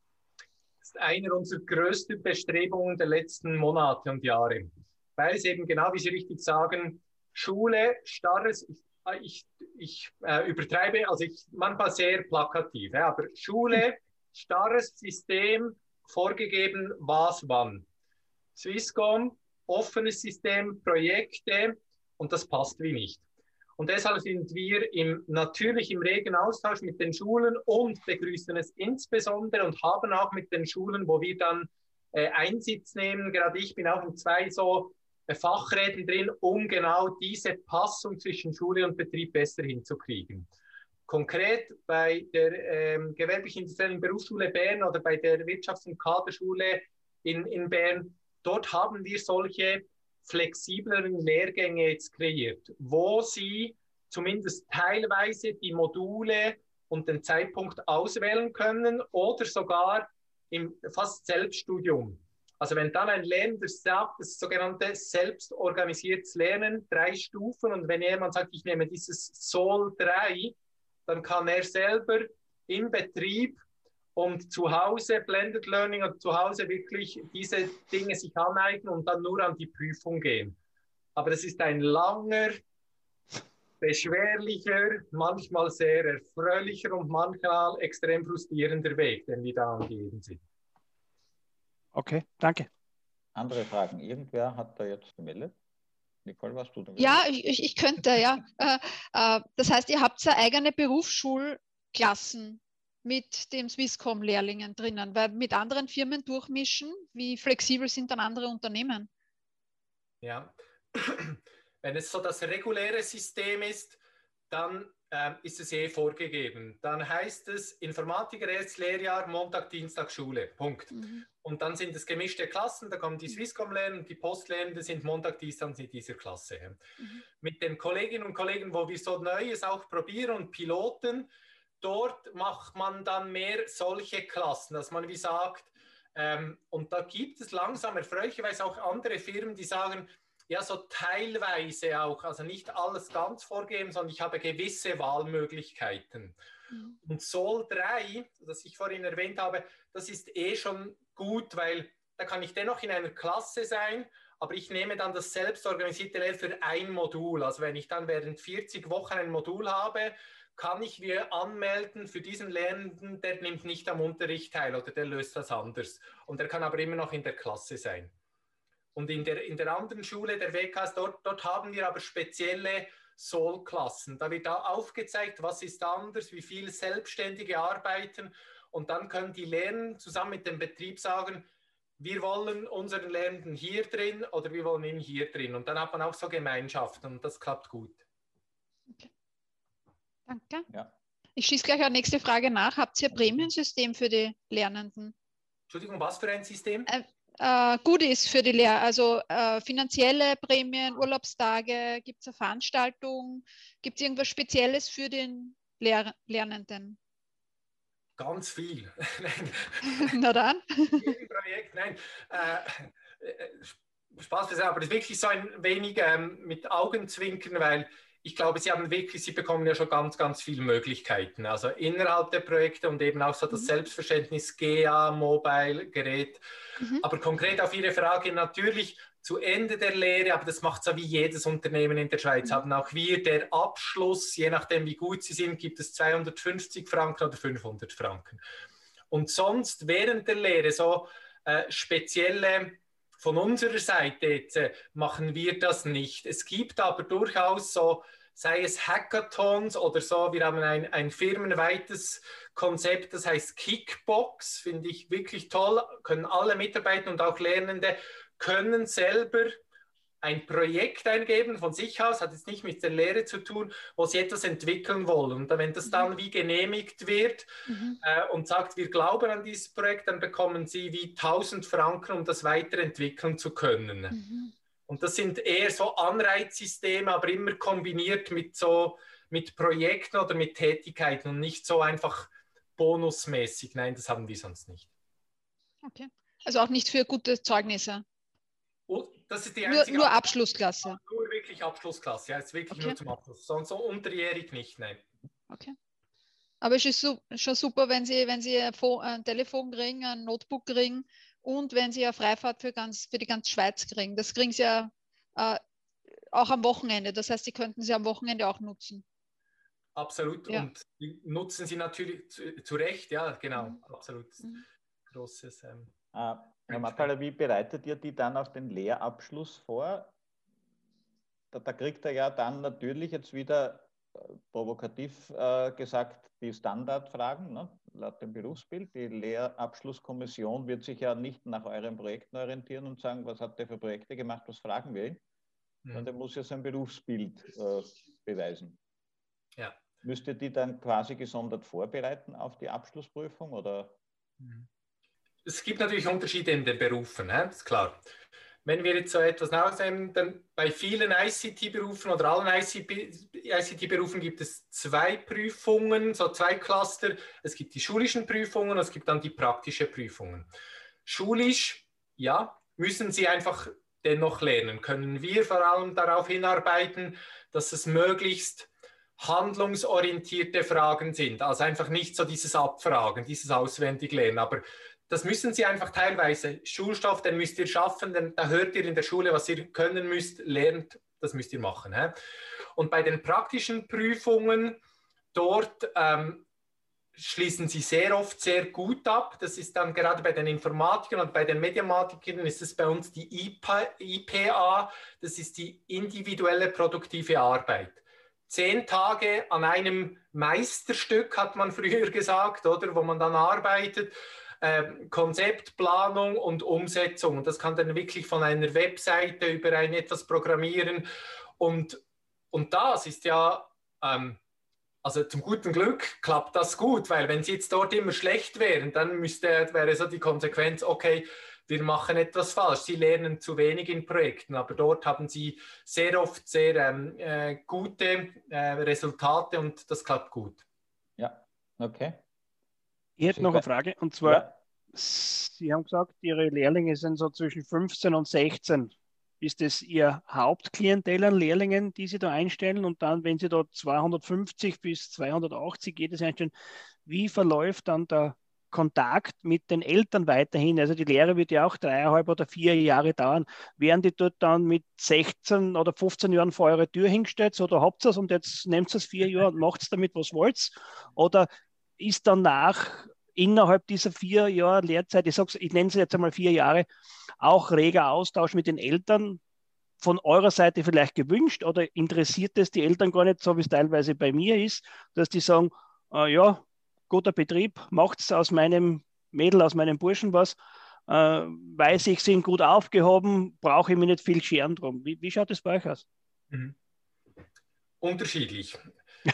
das ist eine unserer größten Bestrebungen der letzten Monate und Jahre, weil es eben genau, wie Sie richtig sagen, Schule, starres, ich, ich äh, übertreibe, also ich manchmal sehr plakativ, ja, aber Schule, starres System, vorgegeben, was, wann. Swisscom, offenes System, Projekte und das passt wie nicht. Und deshalb sind wir im, natürlich im regen Austausch mit den Schulen und begrüßen es insbesondere und haben auch mit den Schulen, wo wir dann äh, Einsitz nehmen, gerade ich bin auch in zwei so Fachräten drin, um genau diese Passung zwischen Schule und Betrieb besser hinzukriegen. Konkret bei der ähm, gewerblich-industriellen Berufsschule Bern oder bei der Wirtschafts- und Kaderschule in, in Bern, dort haben wir solche flexibleren Lehrgänge jetzt kreiert, wo Sie zumindest teilweise die Module und den Zeitpunkt auswählen können oder sogar im fast Selbststudium. Also wenn dann ein Lernender sagt, das sogenannte selbstorganisiertes Lernen, drei Stufen, und wenn jemand sagt, ich nehme dieses S O L drei, dann kann er selber im Betrieb und zu Hause, Blended Learning und zu Hause wirklich diese Dinge sich aneignen und dann nur an die Prüfung gehen. Aber das ist ein langer, beschwerlicher, manchmal sehr erfreulicher und manchmal extrem frustrierender Weg, den wir da angehen sind. Okay, danke. Andere Fragen? Irgendwer hat da jetzt gemeldet? Nicole, was du damit? Ja, ich, ich, ich könnte, ja. Äh, äh, das heißt, ihr habt ja eigene Berufsschulklassen mit den Swisscom-Lehrlingen drinnen, weil mit anderen Firmen durchmischen, wie flexibel sind dann andere Unternehmen? Ja, wenn es so das reguläre System ist, dann ähm, ist es eh vorgegeben. Dann heißt es Informatiker erstes Lehrjahr, Montag, Dienstag Schule, Punkt. Mhm. Und dann sind es gemischte Klassen, da kommen die Swisscom-Lernenden und die Postlehrenden sind Montag, Dienstag in dieser Klasse. Mhm. Mit den Kolleginnen und Kollegen, wo wir so Neues auch probieren und Piloten, dort macht man dann mehr solche Klassen, dass man wie sagt, ähm, und da gibt es langsam erfreulicherweise auch andere Firmen, die sagen, ja, so teilweise auch, also nicht alles ganz vorgeben, sondern ich habe gewisse Wahlmöglichkeiten. Mhm. Und S O L drei, das ich vorhin erwähnt habe, das ist eh schon gut, weil da kann ich dennoch in einer Klasse sein, aber ich nehme dann das selbstorganisierte Lehr für ein Modul. Also wenn ich dann während vierzig Wochen ein Modul habe, kann ich mir anmelden für diesen Lernenden, der nimmt nicht am Unterricht teil oder der löst das anders. Und der kann aber immer noch in der Klasse sein. Und in der, in der anderen Schule, der W K S, dort, dort haben wir aber spezielle S O L-Klassen. Da wird da aufgezeigt, was ist anders, wie viel Selbstständige arbeiten. Und dann können die Lernenden zusammen mit dem Betrieb sagen, wir wollen unseren Lernenden hier drin oder wir wollen ihn hier drin. Und dann hat man auch so Gemeinschaften und das klappt gut. Okay. Danke. Ja. Ich schieße gleich eine nächste Frage nach. Habt ihr ein Prämiensystem für die Lernenden? Entschuldigung, was für ein System? Äh, äh, Goodies für die Lehrer, also äh, finanzielle Prämien, Urlaubstage, gibt es eine Veranstaltung? Gibt es irgendwas Spezielles für den Lehr Lernenden? Ganz viel. Na dann. Im Projekt, nein. Äh, Spaß beiseite, aber das ist wirklich so ein wenig ähm, mit Augenzwinkern, weil ich glaube, Sie haben wirklich, Sie bekommen ja schon ganz, ganz viele Möglichkeiten. Also innerhalb der Projekte und eben auch so das mhm. Selbstverständnis G A, Mobile, Gerät. Mhm. Aber konkret auf Ihre Frage, natürlich zu Ende der Lehre, aber das macht so wie jedes Unternehmen in der Schweiz, mhm. haben auch wir der Abschluss, je nachdem wie gut Sie sind, gibt es zweihundertfünfzig Franken oder fünfhundert Franken. Und sonst während der Lehre so äh, spezielle, von unserer Seite jetzt, äh, machen wir das nicht. Es gibt aber durchaus so, sei es Hackathons oder so, wir haben ein, ein firmenweites Konzept, das heißt Kickbox, finde ich wirklich toll, können alle Mitarbeiter und auch Lernende können selber ein Projekt eingeben von sich aus, hat jetzt nicht mit der Lehre zu tun, wo sie etwas entwickeln wollen. Und wenn das dann wie genehmigt wird mhm. äh, und sagt, wir glauben an dieses Projekt, dann bekommen sie wie tausend Franken, um das weiterentwickeln zu können. Mhm. Und das sind eher so Anreizsysteme, aber immer kombiniert mit so mit Projekten oder mit Tätigkeiten und nicht so einfach bonusmäßig. Nein, das haben wir sonst nicht. Okay. Also auch nicht für gute Zeugnisse. Und das ist die nur, einzige nur Abschlussklasse. Nur wirklich Abschlussklasse, ja, ist wirklich okay. nur zum Abschluss. Sonst so unterjährig nicht, nein. Okay. Aber es ist schon super, wenn Sie, wenn Sie ein Telefon kriegen, ein Notebook kriegen und wenn Sie eine Freifahrt für, ganz, für die ganze Schweiz kriegen. Das kriegen Sie ja äh, auch am Wochenende. Das heißt, Sie könnten sie am Wochenende auch nutzen. Absolut. Ja. Und die nutzen Sie natürlich zu, zu Recht, ja, genau. Mhm. Absolut. Mhm. Großes. Ähm, ah. Herr Matthaler, wie bereitet ihr die dann auf den Lehrabschluss vor? Da, da kriegt er ja dann natürlich jetzt wieder äh, provokativ äh, gesagt die Standardfragen, ne, laut dem Berufsbild. Die Lehrabschlusskommission wird sich ja nicht nach euren Projekten orientieren und sagen, was hat der für Projekte gemacht, was fragen wir ihn, mhm. sondern der muss ja sein Berufsbild äh, beweisen. Ja. Müsst ihr die dann quasi gesondert vorbereiten auf die Abschlussprüfung oder? Mhm. Es gibt natürlich Unterschiede in den Berufen, das ist klar. Wenn wir jetzt so etwas nachsehen, dann bei vielen I C T-Berufen oder allen I C T-Berufen gibt es zwei Prüfungen, so zwei Cluster. Es gibt die schulischen Prüfungen und es gibt dann die praktischen Prüfungen. Schulisch, ja, müssen Sie einfach dennoch lernen. Können wir vor allem darauf hinarbeiten, dass es möglichst handlungsorientierte Fragen sind. Also einfach nicht so dieses Abfragen, dieses Auswendiglernen, aber das müssen Sie einfach teilweise. Schulstoff, den müsst ihr schaffen, denn da hört ihr in der Schule, was ihr können müsst, lernt, das müsst ihr machen. He? Und bei den praktischen Prüfungen, dort ähm, schließen sie sehr oft sehr gut ab. Das ist dann gerade bei den Informatikern und bei den Mediamatikern ist es bei uns die I P A, das ist die individuelle produktive Arbeit. Zehn Tage an einem Meisterstück, hat man früher gesagt, oder, wo man dann arbeitet. Ähm, Konzept, Planung und Umsetzung. Und das kann dann wirklich von einer Webseite über ein etwas programmieren. Und, und das ist ja... Ähm, Also zum guten Glück klappt das gut, weil wenn sie jetzt dort immer schlecht wären, dann müsste, wäre so die Konsequenz, okay, wir machen etwas falsch. Sie lernen zu wenig in Projekten, aber dort haben sie sehr oft sehr ähm, äh, gute äh, Resultate und das klappt gut. Ja, okay. Ich hätte noch eine Frage, und zwar, ja. Sie haben gesagt, Ihre Lehrlinge sind so zwischen fünfzehn und sechzehn. Ist das Ihr Hauptklientel an Lehrlingen, die Sie da einstellen? Und dann, wenn Sie da zweihundertfünfzig bis zweihundertachtzig jedes einstellen, wie verläuft dann der Kontakt mit den Eltern weiterhin? Also die Lehre wird ja auch dreieinhalb oder vier Jahre dauern. Werden die dort dann mit sechzehn oder fünfzehn Jahren vor eure Tür hingestellt? Oder habt ihr es und jetzt nehmt ihr es vier Jahre und macht es damit, was wollt? Oder ist danach innerhalb dieser vier Jahre Lehrzeit, ich, sag's, ich nenne es jetzt einmal vier Jahre, auch reger Austausch mit den Eltern von eurer Seite vielleicht gewünscht oder interessiert es die Eltern gar nicht, so wie es teilweise bei mir ist, dass die sagen, äh, ja, guter Betrieb, macht es aus meinem Mädel, aus meinem Burschen was, äh, weiß ich, sind gut aufgehoben, brauche ich mir nicht viel scheren drum. Wie, wie schaut es bei euch aus? Mhm. Unterschiedlich.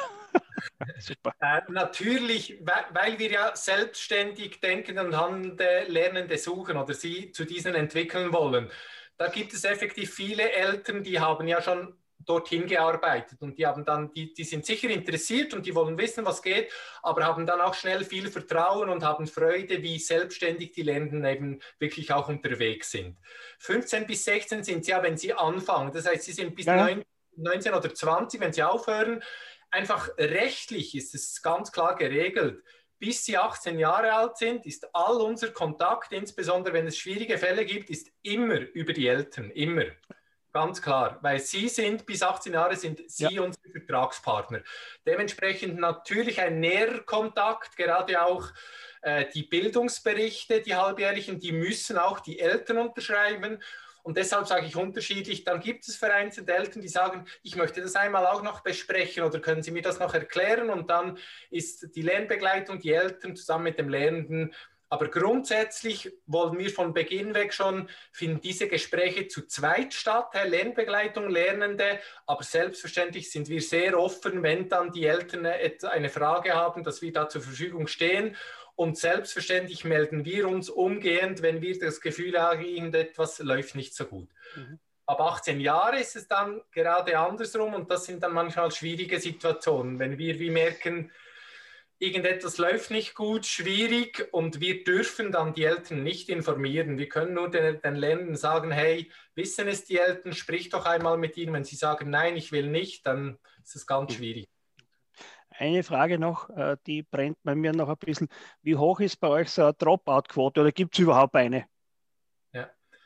Super. Äh, natürlich, weil, weil wir ja selbstständig denkende und handelnde Lernende suchen oder sie zu diesen entwickeln wollen. Da gibt es effektiv viele Eltern, die haben ja schon dorthin gearbeitet und die haben dann, die, die sind sicher interessiert und die wollen wissen, was geht, aber haben dann auch schnell viel Vertrauen und haben Freude, wie selbstständig die Lernenden eben wirklich auch unterwegs sind. fünfzehn bis sechzehn sind sie ja, wenn sie anfangen. Das heißt, sie sind bis ja. neunzehn oder zwanzig, wenn sie aufhören. Einfach rechtlich ist es ganz klar geregelt. Bis sie achtzehn Jahre alt sind, ist all unser Kontakt, insbesondere wenn es schwierige Fälle gibt, ist immer über die Eltern, immer. Ganz klar, weil sie sind, bis achtzehn Jahre sind sie ja. unsere Vertragspartner. Dementsprechend natürlich ein näherer Kontakt, gerade auch äh, die Bildungsberichte, die halbjährlichen, die müssen auch die Eltern unterschreiben. Und deshalb sage ich unterschiedlich, dann gibt es vereinzelte Eltern, die sagen, ich möchte das einmal auch noch besprechen oder können Sie mir das noch erklären? Und dann ist die Lernbegleitung, die Eltern zusammen mit dem Lernenden. Aber grundsätzlich wollen wir von Beginn weg schon, finden diese Gespräche zu zweit statt, Lernbegleitung, Lernende. Aber selbstverständlich sind wir sehr offen, wenn dann die Eltern eine Frage haben, dass wir da zur Verfügung stehen. Und selbstverständlich melden wir uns umgehend, wenn wir das Gefühl haben, irgendetwas läuft nicht so gut. Mhm. Ab achtzehn Jahre ist es dann gerade andersrum und das sind dann manchmal schwierige Situationen. Wenn wir wie merken, irgendetwas läuft nicht gut, schwierig und wir dürfen dann die Eltern nicht informieren. Wir können nur den, den Lernenden sagen, hey, wissen es die Eltern, sprich doch einmal mit ihnen. Wenn sie sagen, nein, ich will nicht, dann ist es ganz schwierig. Eine Frage noch, die brennt bei mir noch ein bisschen. Wie hoch ist bei euch so eine Dropout-Quote oder gibt es überhaupt eine? Ja,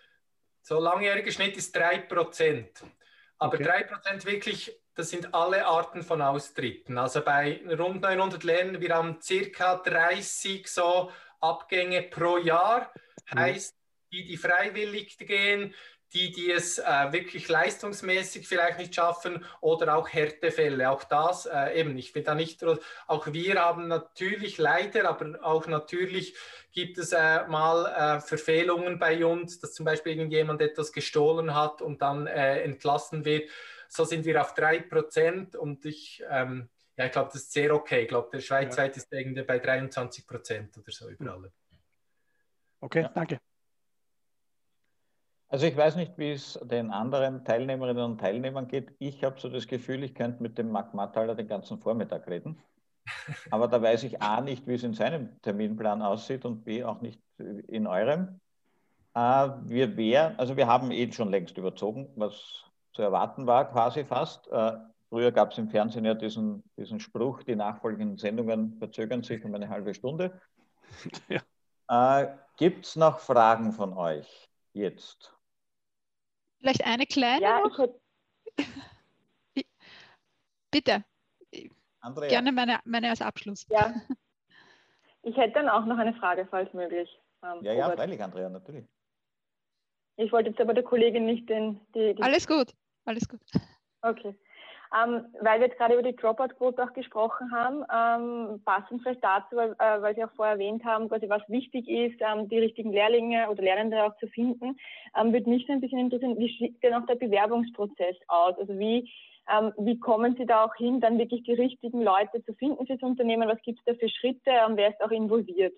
so langjähriger Schnitt ist drei Prozent. Aber okay. drei Prozent wirklich, das sind alle Arten von Austritten. Also bei rund neunhundert Lernenden, wir haben circa dreißig so Abgänge pro Jahr. Mhm. Heißt, die, die freiwillig gehen, die, die es äh, wirklich leistungsmäßig vielleicht nicht schaffen oder auch Härtefälle. Auch das äh, eben, ich will da nicht, auch wir haben natürlich leider, aber auch natürlich gibt es äh, mal äh, Verfehlungen bei uns, dass zum Beispiel irgendjemand etwas gestohlen hat und dann äh, entlassen wird. So sind wir auf drei Prozent und ich, ähm, ja, ich glaube, das ist sehr okay. Ich glaube, der schweizweit ja. ist irgendwie bei dreiundzwanzig Prozent oder so überall. Okay, ja. danke. Also ich weiß nicht, wie es den anderen Teilnehmerinnen und Teilnehmern geht. Ich habe so das Gefühl, ich könnte mit dem Marc Mattaler den ganzen Vormittag reden. Aber da weiß ich A nicht, wie es in seinem Terminplan aussieht und B auch nicht in eurem. Äh, wir wären, also wir haben eh schon längst überzogen, was zu erwarten war, quasi fast. Äh, früher gab es im Fernsehen ja diesen, diesen Spruch, die nachfolgenden Sendungen verzögern sich um eine halbe Stunde. Ja. Äh, gibt es noch Fragen von euch jetzt? Vielleicht eine kleine ja, noch? Ich Bitte. Andrea. Gerne meine, meine als Abschluss. Ja. Ich hätte dann auch noch eine Frage, falls möglich. Ähm, ja, ja, freilich, Andrea, natürlich. Ich wollte jetzt aber der Kollegin nicht den... Die, die alles gut, alles gut. Okay. Ähm, weil wir jetzt gerade über die Dropout-Quote auch gesprochen haben, ähm, passend vielleicht dazu, weil, äh, weil Sie auch vorher erwähnt haben, quasi was wichtig ist, ähm, die richtigen Lehrlinge oder Lernende auch zu finden, ähm, würde mich so ein bisschen interessieren, wie sieht denn auch der Bewerbungsprozess aus? Also wie, ähm, wie kommen Sie da auch hin, dann wirklich die richtigen Leute zu finden fürs Unternehmen? Was gibt es da für Schritte? Ähm, wer ist auch involviert?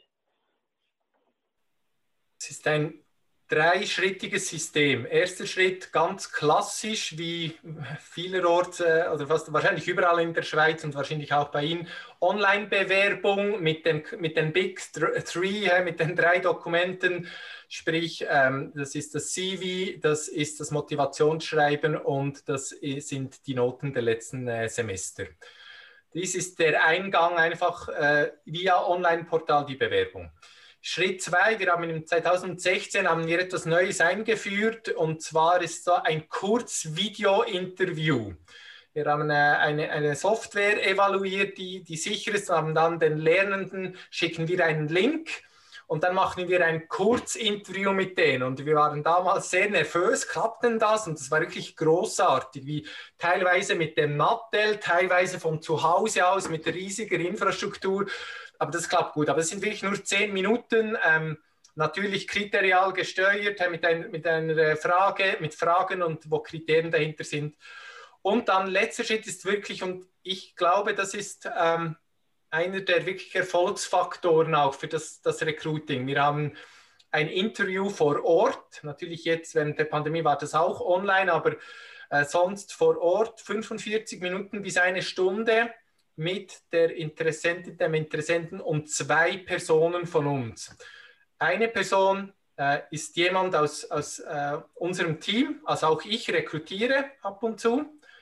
Es ist ein dreischrittiges System. Erster Schritt ganz klassisch, wie vielerorts oder fast wahrscheinlich überall in der Schweiz und wahrscheinlich auch bei Ihnen, Online-Bewerbung mit den, mit den Big Three, mit den drei Dokumenten, sprich ähm, das ist das C V, das ist das Motivationsschreiben und das sind die Noten der letzten äh, Semester. Dies ist der Eingang einfach äh, via Online-Portal die Bewerbung. Schritt zwei, wir haben im zweitausendsechzehn haben wir etwas Neues eingeführt und zwar ist so ein Kurzvideo-Interview. Wir haben eine, eine Software evaluiert, die, die sicher ist, haben dann den Lernenden, schicken wir einen Link und dann machen wir ein Kurzinterview mit denen und wir waren damals sehr nervös, klappten das und das war wirklich großartig, wie teilweise mit dem Nattel, teilweise von zu Hause aus mit riesiger Infrastruktur. Aber das klappt gut. Aber es sind wirklich nur zehn Minuten, ähm, natürlich kriterial gesteuert, mit, ein, mit einer Frage, mit Fragen und wo Kriterien dahinter sind. Und dann letzter Schritt ist wirklich, und ich glaube, das ist ähm, einer der wirklich Erfolgsfaktoren auch für das, das Recruiting. Wir haben ein Interview vor Ort. Natürlich jetzt während der Pandemie war das auch online, aber äh, sonst vor Ort fünfundvierzig Minuten bis eine Stunde mit der Interessentin, dem Interessenten und zwei Personen von uns. Eine Person äh, ist jemand aus, aus äh, unserem Team, also auch ich rekrutiere ab und zu.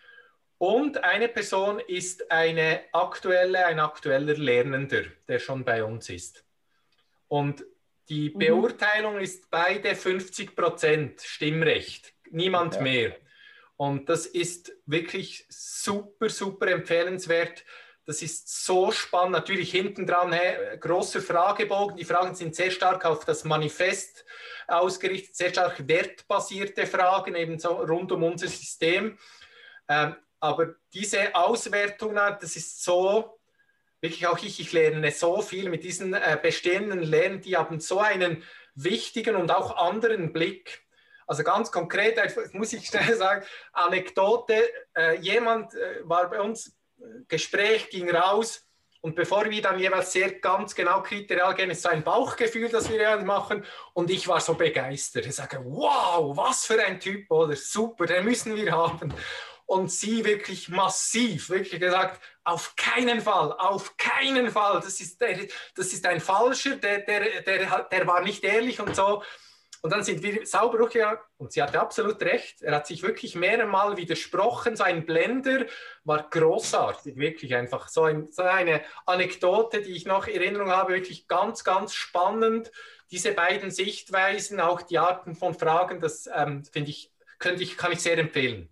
Und eine Person ist eine aktuelle, ein aktueller Lernender, der schon bei uns ist. Und die mhm. Beurteilung ist beide fünfzig Prozent Stimmrecht, niemand ja. mehr. Und das ist wirklich super, super empfehlenswert. Das ist so spannend. Natürlich hinten dran, hey, großer Fragebogen. Die Fragen sind sehr stark auf das Manifest ausgerichtet, sehr stark wertbasierte Fragen, eben so rund um unser System. Ähm, aber diese Auswertung, das ist so, wirklich auch ich, ich lerne so viel mit diesen äh, bestehenden Lehrern, die haben so einen wichtigen und auch anderen Blick. Also ganz konkret, muss ich schnell sagen, Anekdote, äh, jemand äh, war bei uns, Gespräch ging raus und bevor wir dann jeweils sehr ganz genau kriterial gehen, ist so ein Bauchgefühl, das wir machen und ich war so begeistert. Ich sage, wow, was für ein Typ, oder super, den müssen wir haben. Und sie wirklich massiv, wirklich gesagt, auf keinen Fall, auf keinen Fall, das ist, der, das ist ein Falscher, der, der, der, der war nicht ehrlich und so. Und dann sind wir sauber durchgegangen und sie hatte absolut recht. Er hat sich wirklich mehrmals widersprochen. So ein Blender war großartig, wirklich einfach. So, ein, so eine Anekdote, die ich noch in Erinnerung habe, wirklich ganz, ganz spannend. Diese beiden Sichtweisen, auch die Arten von Fragen, das ähm, finde ich, könnte ich, kann ich sehr empfehlen.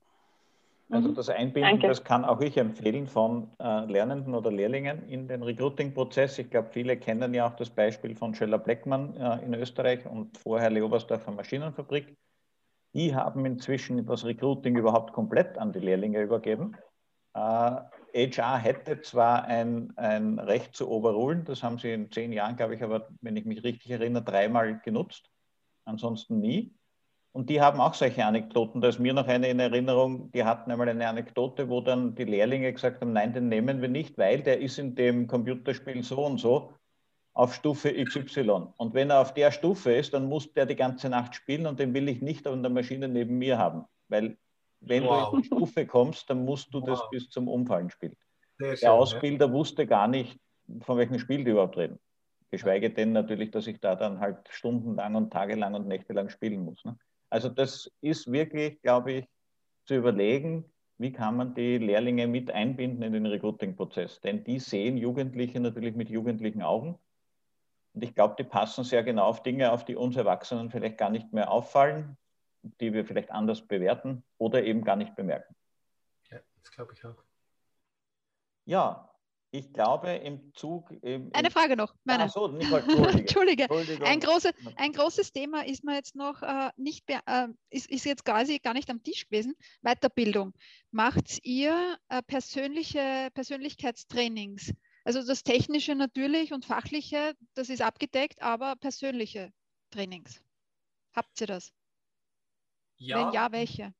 Also das Einbinden, Danke. Das kann auch ich empfehlen von äh, Lernenden oder Lehrlingen in den Recruiting-Prozess. Ich glaube, viele kennen ja auch das Beispiel von Scheller Bleckmann äh, in Österreich und vorher Leobersdorfer Maschinenfabrik. Die haben inzwischen das Recruiting überhaupt komplett an die Lehrlinge übergeben. Äh, H R hätte zwar ein, ein Recht zu overrulen, das haben sie in zehn Jahren, glaube ich, aber wenn ich mich richtig erinnere, dreimal genutzt, ansonsten nie. Und die haben auch solche Anekdoten. Da ist mir noch eine in Erinnerung, die hatten einmal eine Anekdote, wo dann die Lehrlinge gesagt haben, nein, den nehmen wir nicht, weil der ist in dem Computerspiel so und so auf Stufe X Y. Und wenn er auf der Stufe ist, dann muss der die ganze Nacht spielen und den will ich nicht an der Maschine neben mir haben. Weil wenn wow. du in die Stufe kommst, dann musst du wow. das bis zum Umfallen spielen. Sehr der schön, Ausbilder ja. wusste gar nicht, von welchem Spiel die überhaupt reden. Geschweige denn natürlich, dass ich da dann halt stundenlang und tagelang und nächtelang spielen muss. Ne? Also das ist wirklich, glaube ich, zu überlegen, wie kann man die Lehrlinge mit einbinden in den Recruiting-Prozess. Denn die sehen Jugendliche natürlich mit jugendlichen Augen. Und ich glaube, die passen sehr genau auf Dinge, auf die uns Erwachsenen vielleicht gar nicht mehr auffallen, die wir vielleicht anders bewerten oder eben gar nicht bemerken. Ja, das glaube ich auch. Ja, Ich glaube, im Zug... Im, im Eine Frage noch. Meine. Ach so, Nicole, Entschuldige. Entschuldige. Entschuldigung. Ein, große, ein großes Thema ist mir jetzt noch äh, nicht, äh, ist, ist jetzt quasi gar nicht am Tisch gewesen. Weiterbildung. Macht ihr äh, persönliche Persönlichkeitstrainings? Also das Technische natürlich und Fachliche, das ist abgedeckt, aber persönliche Trainings. Habt ihr das? Ja. Wenn ja, welche?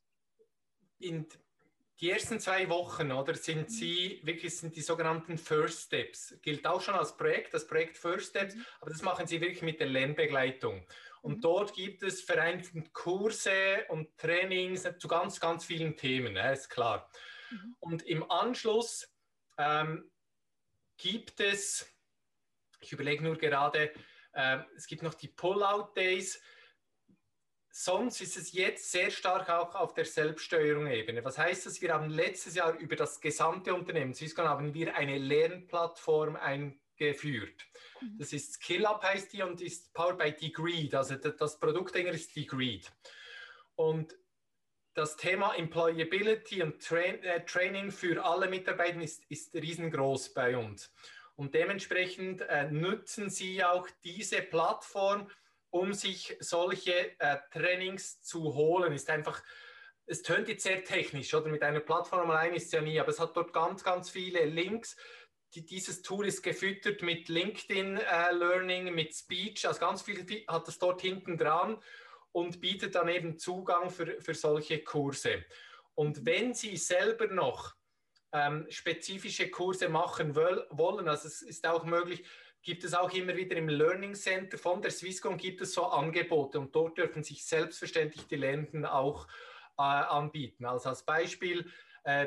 In die ersten zwei Wochen, oder, sind sie wirklich sind die sogenannten First Steps. Gilt auch schon als Projekt, das Projekt First Steps, mhm. aber das machen sie wirklich mit der Lernbegleitung. Und mhm. dort gibt es vereinzelt Kurse und Trainings zu ganz, ganz vielen Themen, ja, ist klar. Mhm. Und im Anschluss ähm, gibt es, ich überlege nur gerade, äh, es gibt noch die Pull-Out-Days. Sonst ist es jetzt sehr stark auch auf der Selbststeuerung-Ebene. Was heißt das? Wir haben letztes Jahr über das gesamte Unternehmen Swisscom haben wir eine Lernplattform eingeführt. Mhm. Das ist SkillUp heißt die und ist powered by Degreed. Also das Produkt ist Degreed. Und das Thema Employability und Train, äh, Training für alle Mitarbeiter ist, ist riesengroß bei uns. Und dementsprechend äh, nutzen sie auch diese Plattform, um sich solche äh, Trainings zu holen. Ist einfach, es tönt jetzt sehr technisch, oder? Mit einer Plattform allein ist es ja nie, aber es hat dort ganz, ganz viele Links. Die, dieses Tool ist gefüttert mit LinkedIn äh, Learning, mit Speech, also ganz viel hat es dort hinten dran und bietet dann eben Zugang für, für solche Kurse. Und wenn Sie selber noch ähm, spezifische Kurse machen wollen, also es ist auch möglich, gibt es auch immer wieder im Learning Center von der Swisscom gibt es so Angebote und dort dürfen sich selbstverständlich die Lernenden auch äh, anbieten. Also als Beispiel äh,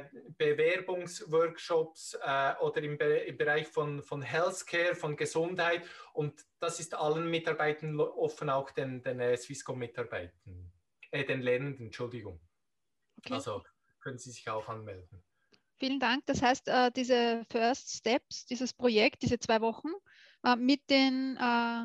Bewerbungsworkshops äh, oder im, Be im Bereich von, von Healthcare, von Gesundheit und das ist allen Mitarbeitern offen, auch den, den äh, Swisscom-Mitarbeitern, äh, den Lernenden, Entschuldigung. Okay. Also können Sie sich auch anmelden. Vielen Dank. Das heißt, äh, diese First Steps, dieses Projekt, diese zwei Wochen äh, mit den äh,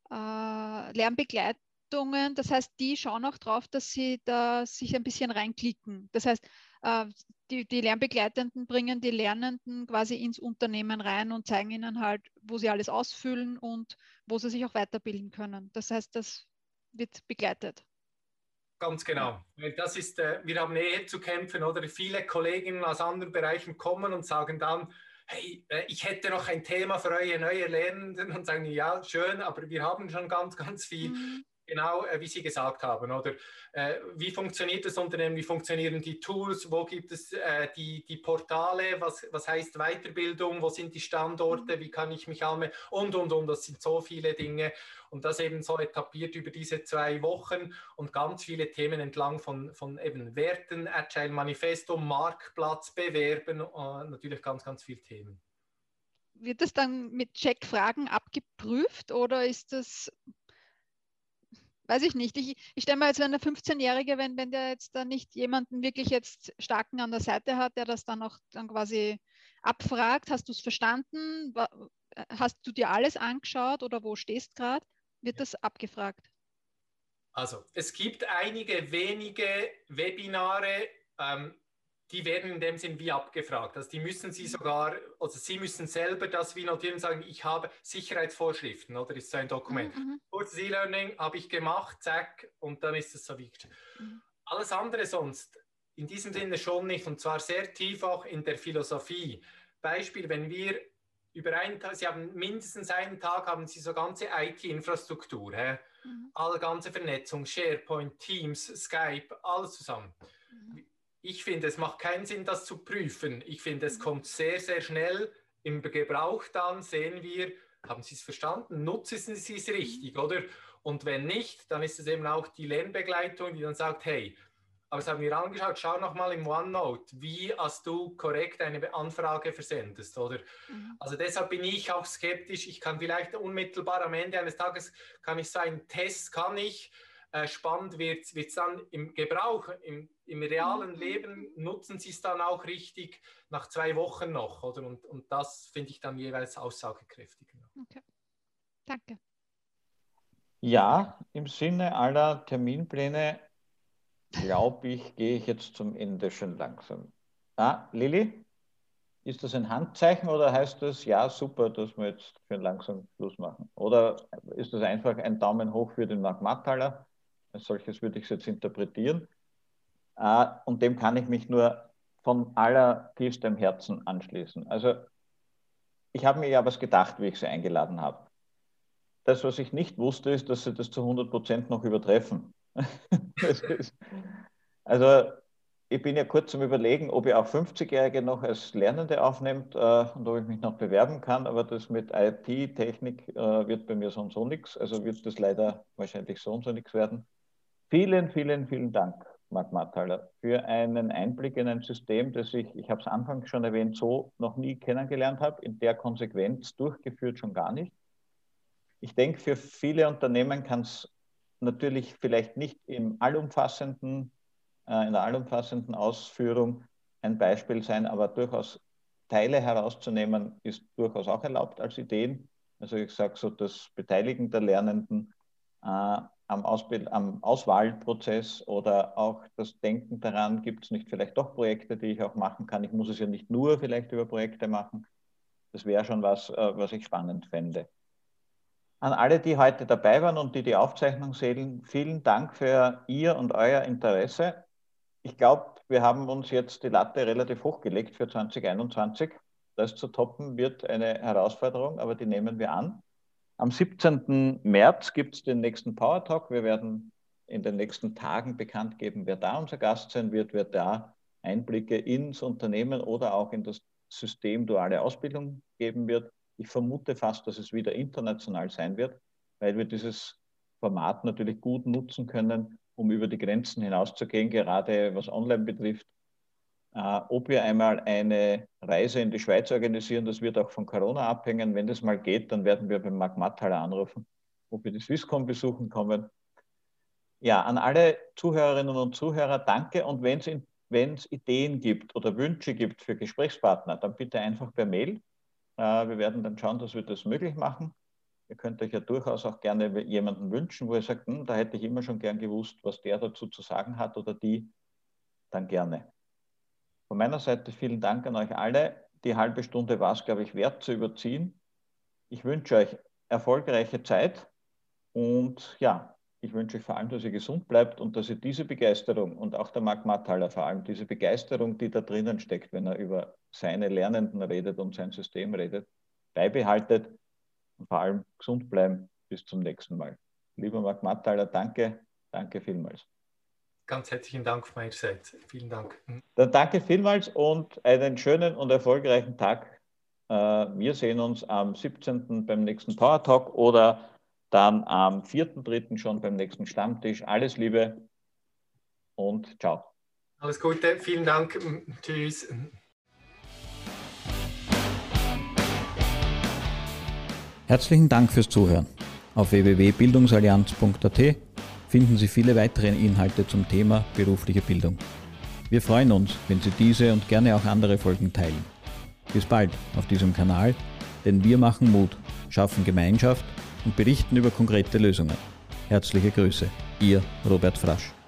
äh, Lernbegleitungen, das heißt, die schauen auch drauf, dass sie da sich ein bisschen reinklicken. Das heißt, äh, die, die Lernbegleitenden bringen die Lernenden quasi ins Unternehmen rein und zeigen ihnen halt, wo sie alles ausfüllen und wo sie sich auch weiterbilden können. Das heißt, das wird begleitet. Ganz genau. Weil das ist, äh, wir haben eh zu kämpfen, oder? Viele Kolleginnen aus anderen Bereichen kommen und sagen dann, hey, äh, ich hätte noch ein Thema für eure neue Lernenden und sagen, ja, schön, aber wir haben schon ganz, ganz viel. Mhm. Genau, äh, wie Sie gesagt haben, oder? Äh, wie funktioniert das Unternehmen? Wie funktionieren die Tools? Wo gibt es äh, die, die Portale? Was, was heißt Weiterbildung? Wo sind die Standorte? Wie kann ich mich anmelden? Und, und, und. Das sind so viele Dinge. Und das eben so etabliert über diese zwei Wochen und ganz viele Themen entlang von, von eben Werten, Agile Manifesto, Marktplatz, Bewerben, äh, natürlich ganz, ganz viele Themen. Wird das dann mit Checkfragen abgeprüft oder ist das... Weiß ich nicht. Ich, ich stelle mir jetzt, wenn der fünfzehnjährige, wenn, wenn der jetzt da nicht jemanden wirklich jetzt starken an der Seite hat, der das dann auch dann quasi abfragt, hast du es verstanden? Hast du dir alles angeschaut oder wo stehst gerade? Wird ja. das abgefragt? Also, es gibt einige wenige Webinare, ähm, die werden in dem Sinn wie abgefragt. Also die müssen Sie sogar, also Sie müssen selber das wie notieren und sagen, ich habe Sicherheitsvorschriften, oder ist so ein Dokument. Mhm. Kurzes E-Learning habe ich gemacht, zack, und dann ist es so wichtig. Mhm. Alles andere sonst, in diesem Sinne schon nicht, und zwar sehr tief auch in der Philosophie. Beispiel, wenn wir über einen Tag, Sie haben mindestens einen Tag, haben Sie so ganze I T-Infrastruktur, mhm. alle ganze Vernetzung, SharePoint, Teams, Skype, alles zusammen. Mhm. Ich finde, es macht keinen Sinn, das zu prüfen. Ich finde, es kommt sehr, sehr schnell im Gebrauch dann, sehen wir, haben Sie es verstanden? Nutzen Sie es richtig, oder? Und wenn nicht, dann ist es eben auch die Lernbegleitung, die dann sagt, hey, aber es haben wir angeschaut, schau nochmal im OneNote, wie hast du korrekt eine Anfrage versendest, oder? Mhm. Also deshalb bin ich auch skeptisch. Ich kann vielleicht unmittelbar am Ende eines Tages, kann ich sagen, Test kann ich, Äh, spannend wird es dann im Gebrauch, im, im realen Leben, nutzen Sie es dann auch richtig nach zwei Wochen noch, oder? Und, und das finde ich dann jeweils aussagekräftig. Okay, danke. Ja, im Sinne aller Terminpläne, glaube ich, gehe ich jetzt zum Ende schon langsam. Ah, Lilly? ist das ein Handzeichen oder heißt das, ja, super, dass wir jetzt für einen langsamen Schluss machen? Oder ist das einfach ein Daumen hoch für den Marc Mattaler? Als solches würde ich es jetzt interpretieren. Und dem kann ich mich nur von allertiefstem Herzen anschließen. Also ich habe mir ja was gedacht, wie ich sie eingeladen habe. Das, was ich nicht wusste, ist, dass sie das zu hundert Prozent noch übertreffen. ist, also ich bin ja kurz zum Überlegen, ob ich auch fünfzigjährige noch als Lernende aufnimmt äh, und ob ich mich noch bewerben kann, aber das mit I T, Technik äh, wird bei mir so und so nichts, also wird das leider wahrscheinlich so und so nichts werden. Vielen, vielen, vielen Dank, Marc Mattaler, für einen Einblick in ein System, das ich, ich habe es anfangs schon erwähnt, so noch nie kennengelernt habe, in der Konsequenz durchgeführt schon gar nicht. Ich denke, für viele Unternehmen kann es natürlich vielleicht nicht im allumfassenden, äh, in der allumfassenden Ausführung ein Beispiel sein, aber durchaus Teile herauszunehmen, ist durchaus auch erlaubt als Ideen. Also ich sage so, das Beteiligen der Lernenden äh, am, Ausbild am Auswahlprozess oder auch das Denken daran, gibt es nicht vielleicht doch Projekte, die ich auch machen kann. Ich muss es ja nicht nur vielleicht über Projekte machen. Das wäre schon was, äh, was ich spannend fände. An alle, die heute dabei waren und die die Aufzeichnung sehen, vielen Dank für Ihr und euer Interesse. Ich glaube, wir haben uns jetzt die Latte relativ hochgelegt für zwanzig einundzwanzig. Das zu toppen wird eine Herausforderung, aber die nehmen wir an. Am siebzehnten März gibt es den nächsten Power Talk. Wir werden in den nächsten Tagen bekannt geben, wer da unser Gast sein wird, wer da Einblicke ins Unternehmen oder auch in das System duale Ausbildung geben wird. Ich vermute fast, dass es wieder international sein wird, weil wir dieses Format natürlich gut nutzen können, um über die Grenzen hinauszugehen, gerade was Online betrifft. Äh, ob wir einmal eine Reise in die Schweiz organisieren, das wird auch von Corona abhängen. Wenn das mal geht, dann werden wir beim Marc Mattaler anrufen, ob wir die Swisscom besuchen kommen. Ja, an alle Zuhörerinnen und Zuhörer danke. Und wenn es wenn es Ideen gibt oder Wünsche gibt für Gesprächspartner, dann bitte einfach per Mail. Wir werden dann schauen, dass wir das möglich machen. Ihr könnt euch ja durchaus auch gerne jemanden wünschen, wo ihr sagt, hm, da hätte ich immer schon gern gewusst, was der dazu zu sagen hat oder die, dann gerne. Von meiner Seite vielen Dank an euch alle. Die halbe Stunde war es, glaube ich, wert zu überziehen. Ich wünsche euch erfolgreiche Zeit und ja, ich wünsche euch vor allem, dass ihr gesund bleibt und dass ihr diese Begeisterung und auch der Marc Mattaler vor allem diese Begeisterung, die da drinnen steckt, wenn er über seine Lernenden redet und sein System redet, beibehaltet und vor allem gesund bleiben. Bis zum nächsten Mal. Lieber Marc Mattaler, danke, danke vielmals. Ganz herzlichen Dank von meiner Seite. Vielen Dank. Dann danke vielmals und einen schönen und erfolgreichen Tag. Wir sehen uns am siebzehnten beim nächsten Power Talk oder dann am vierten dritten schon beim nächsten Stammtisch. Alles Liebe und ciao. Alles Gute, vielen Dank. Tschüss. Herzlichen Dank fürs Zuhören. Auf w w w punkt bildungsallianz punkt a t finden Sie viele weitere Inhalte zum Thema berufliche Bildung. Wir freuen uns, wenn Sie diese und gerne auch andere Folgen teilen. Bis bald auf diesem Kanal, denn wir machen Mut, schaffen Gemeinschaft und berichten über konkrete Lösungen. Herzliche Grüße, Ihr Robert Frasch.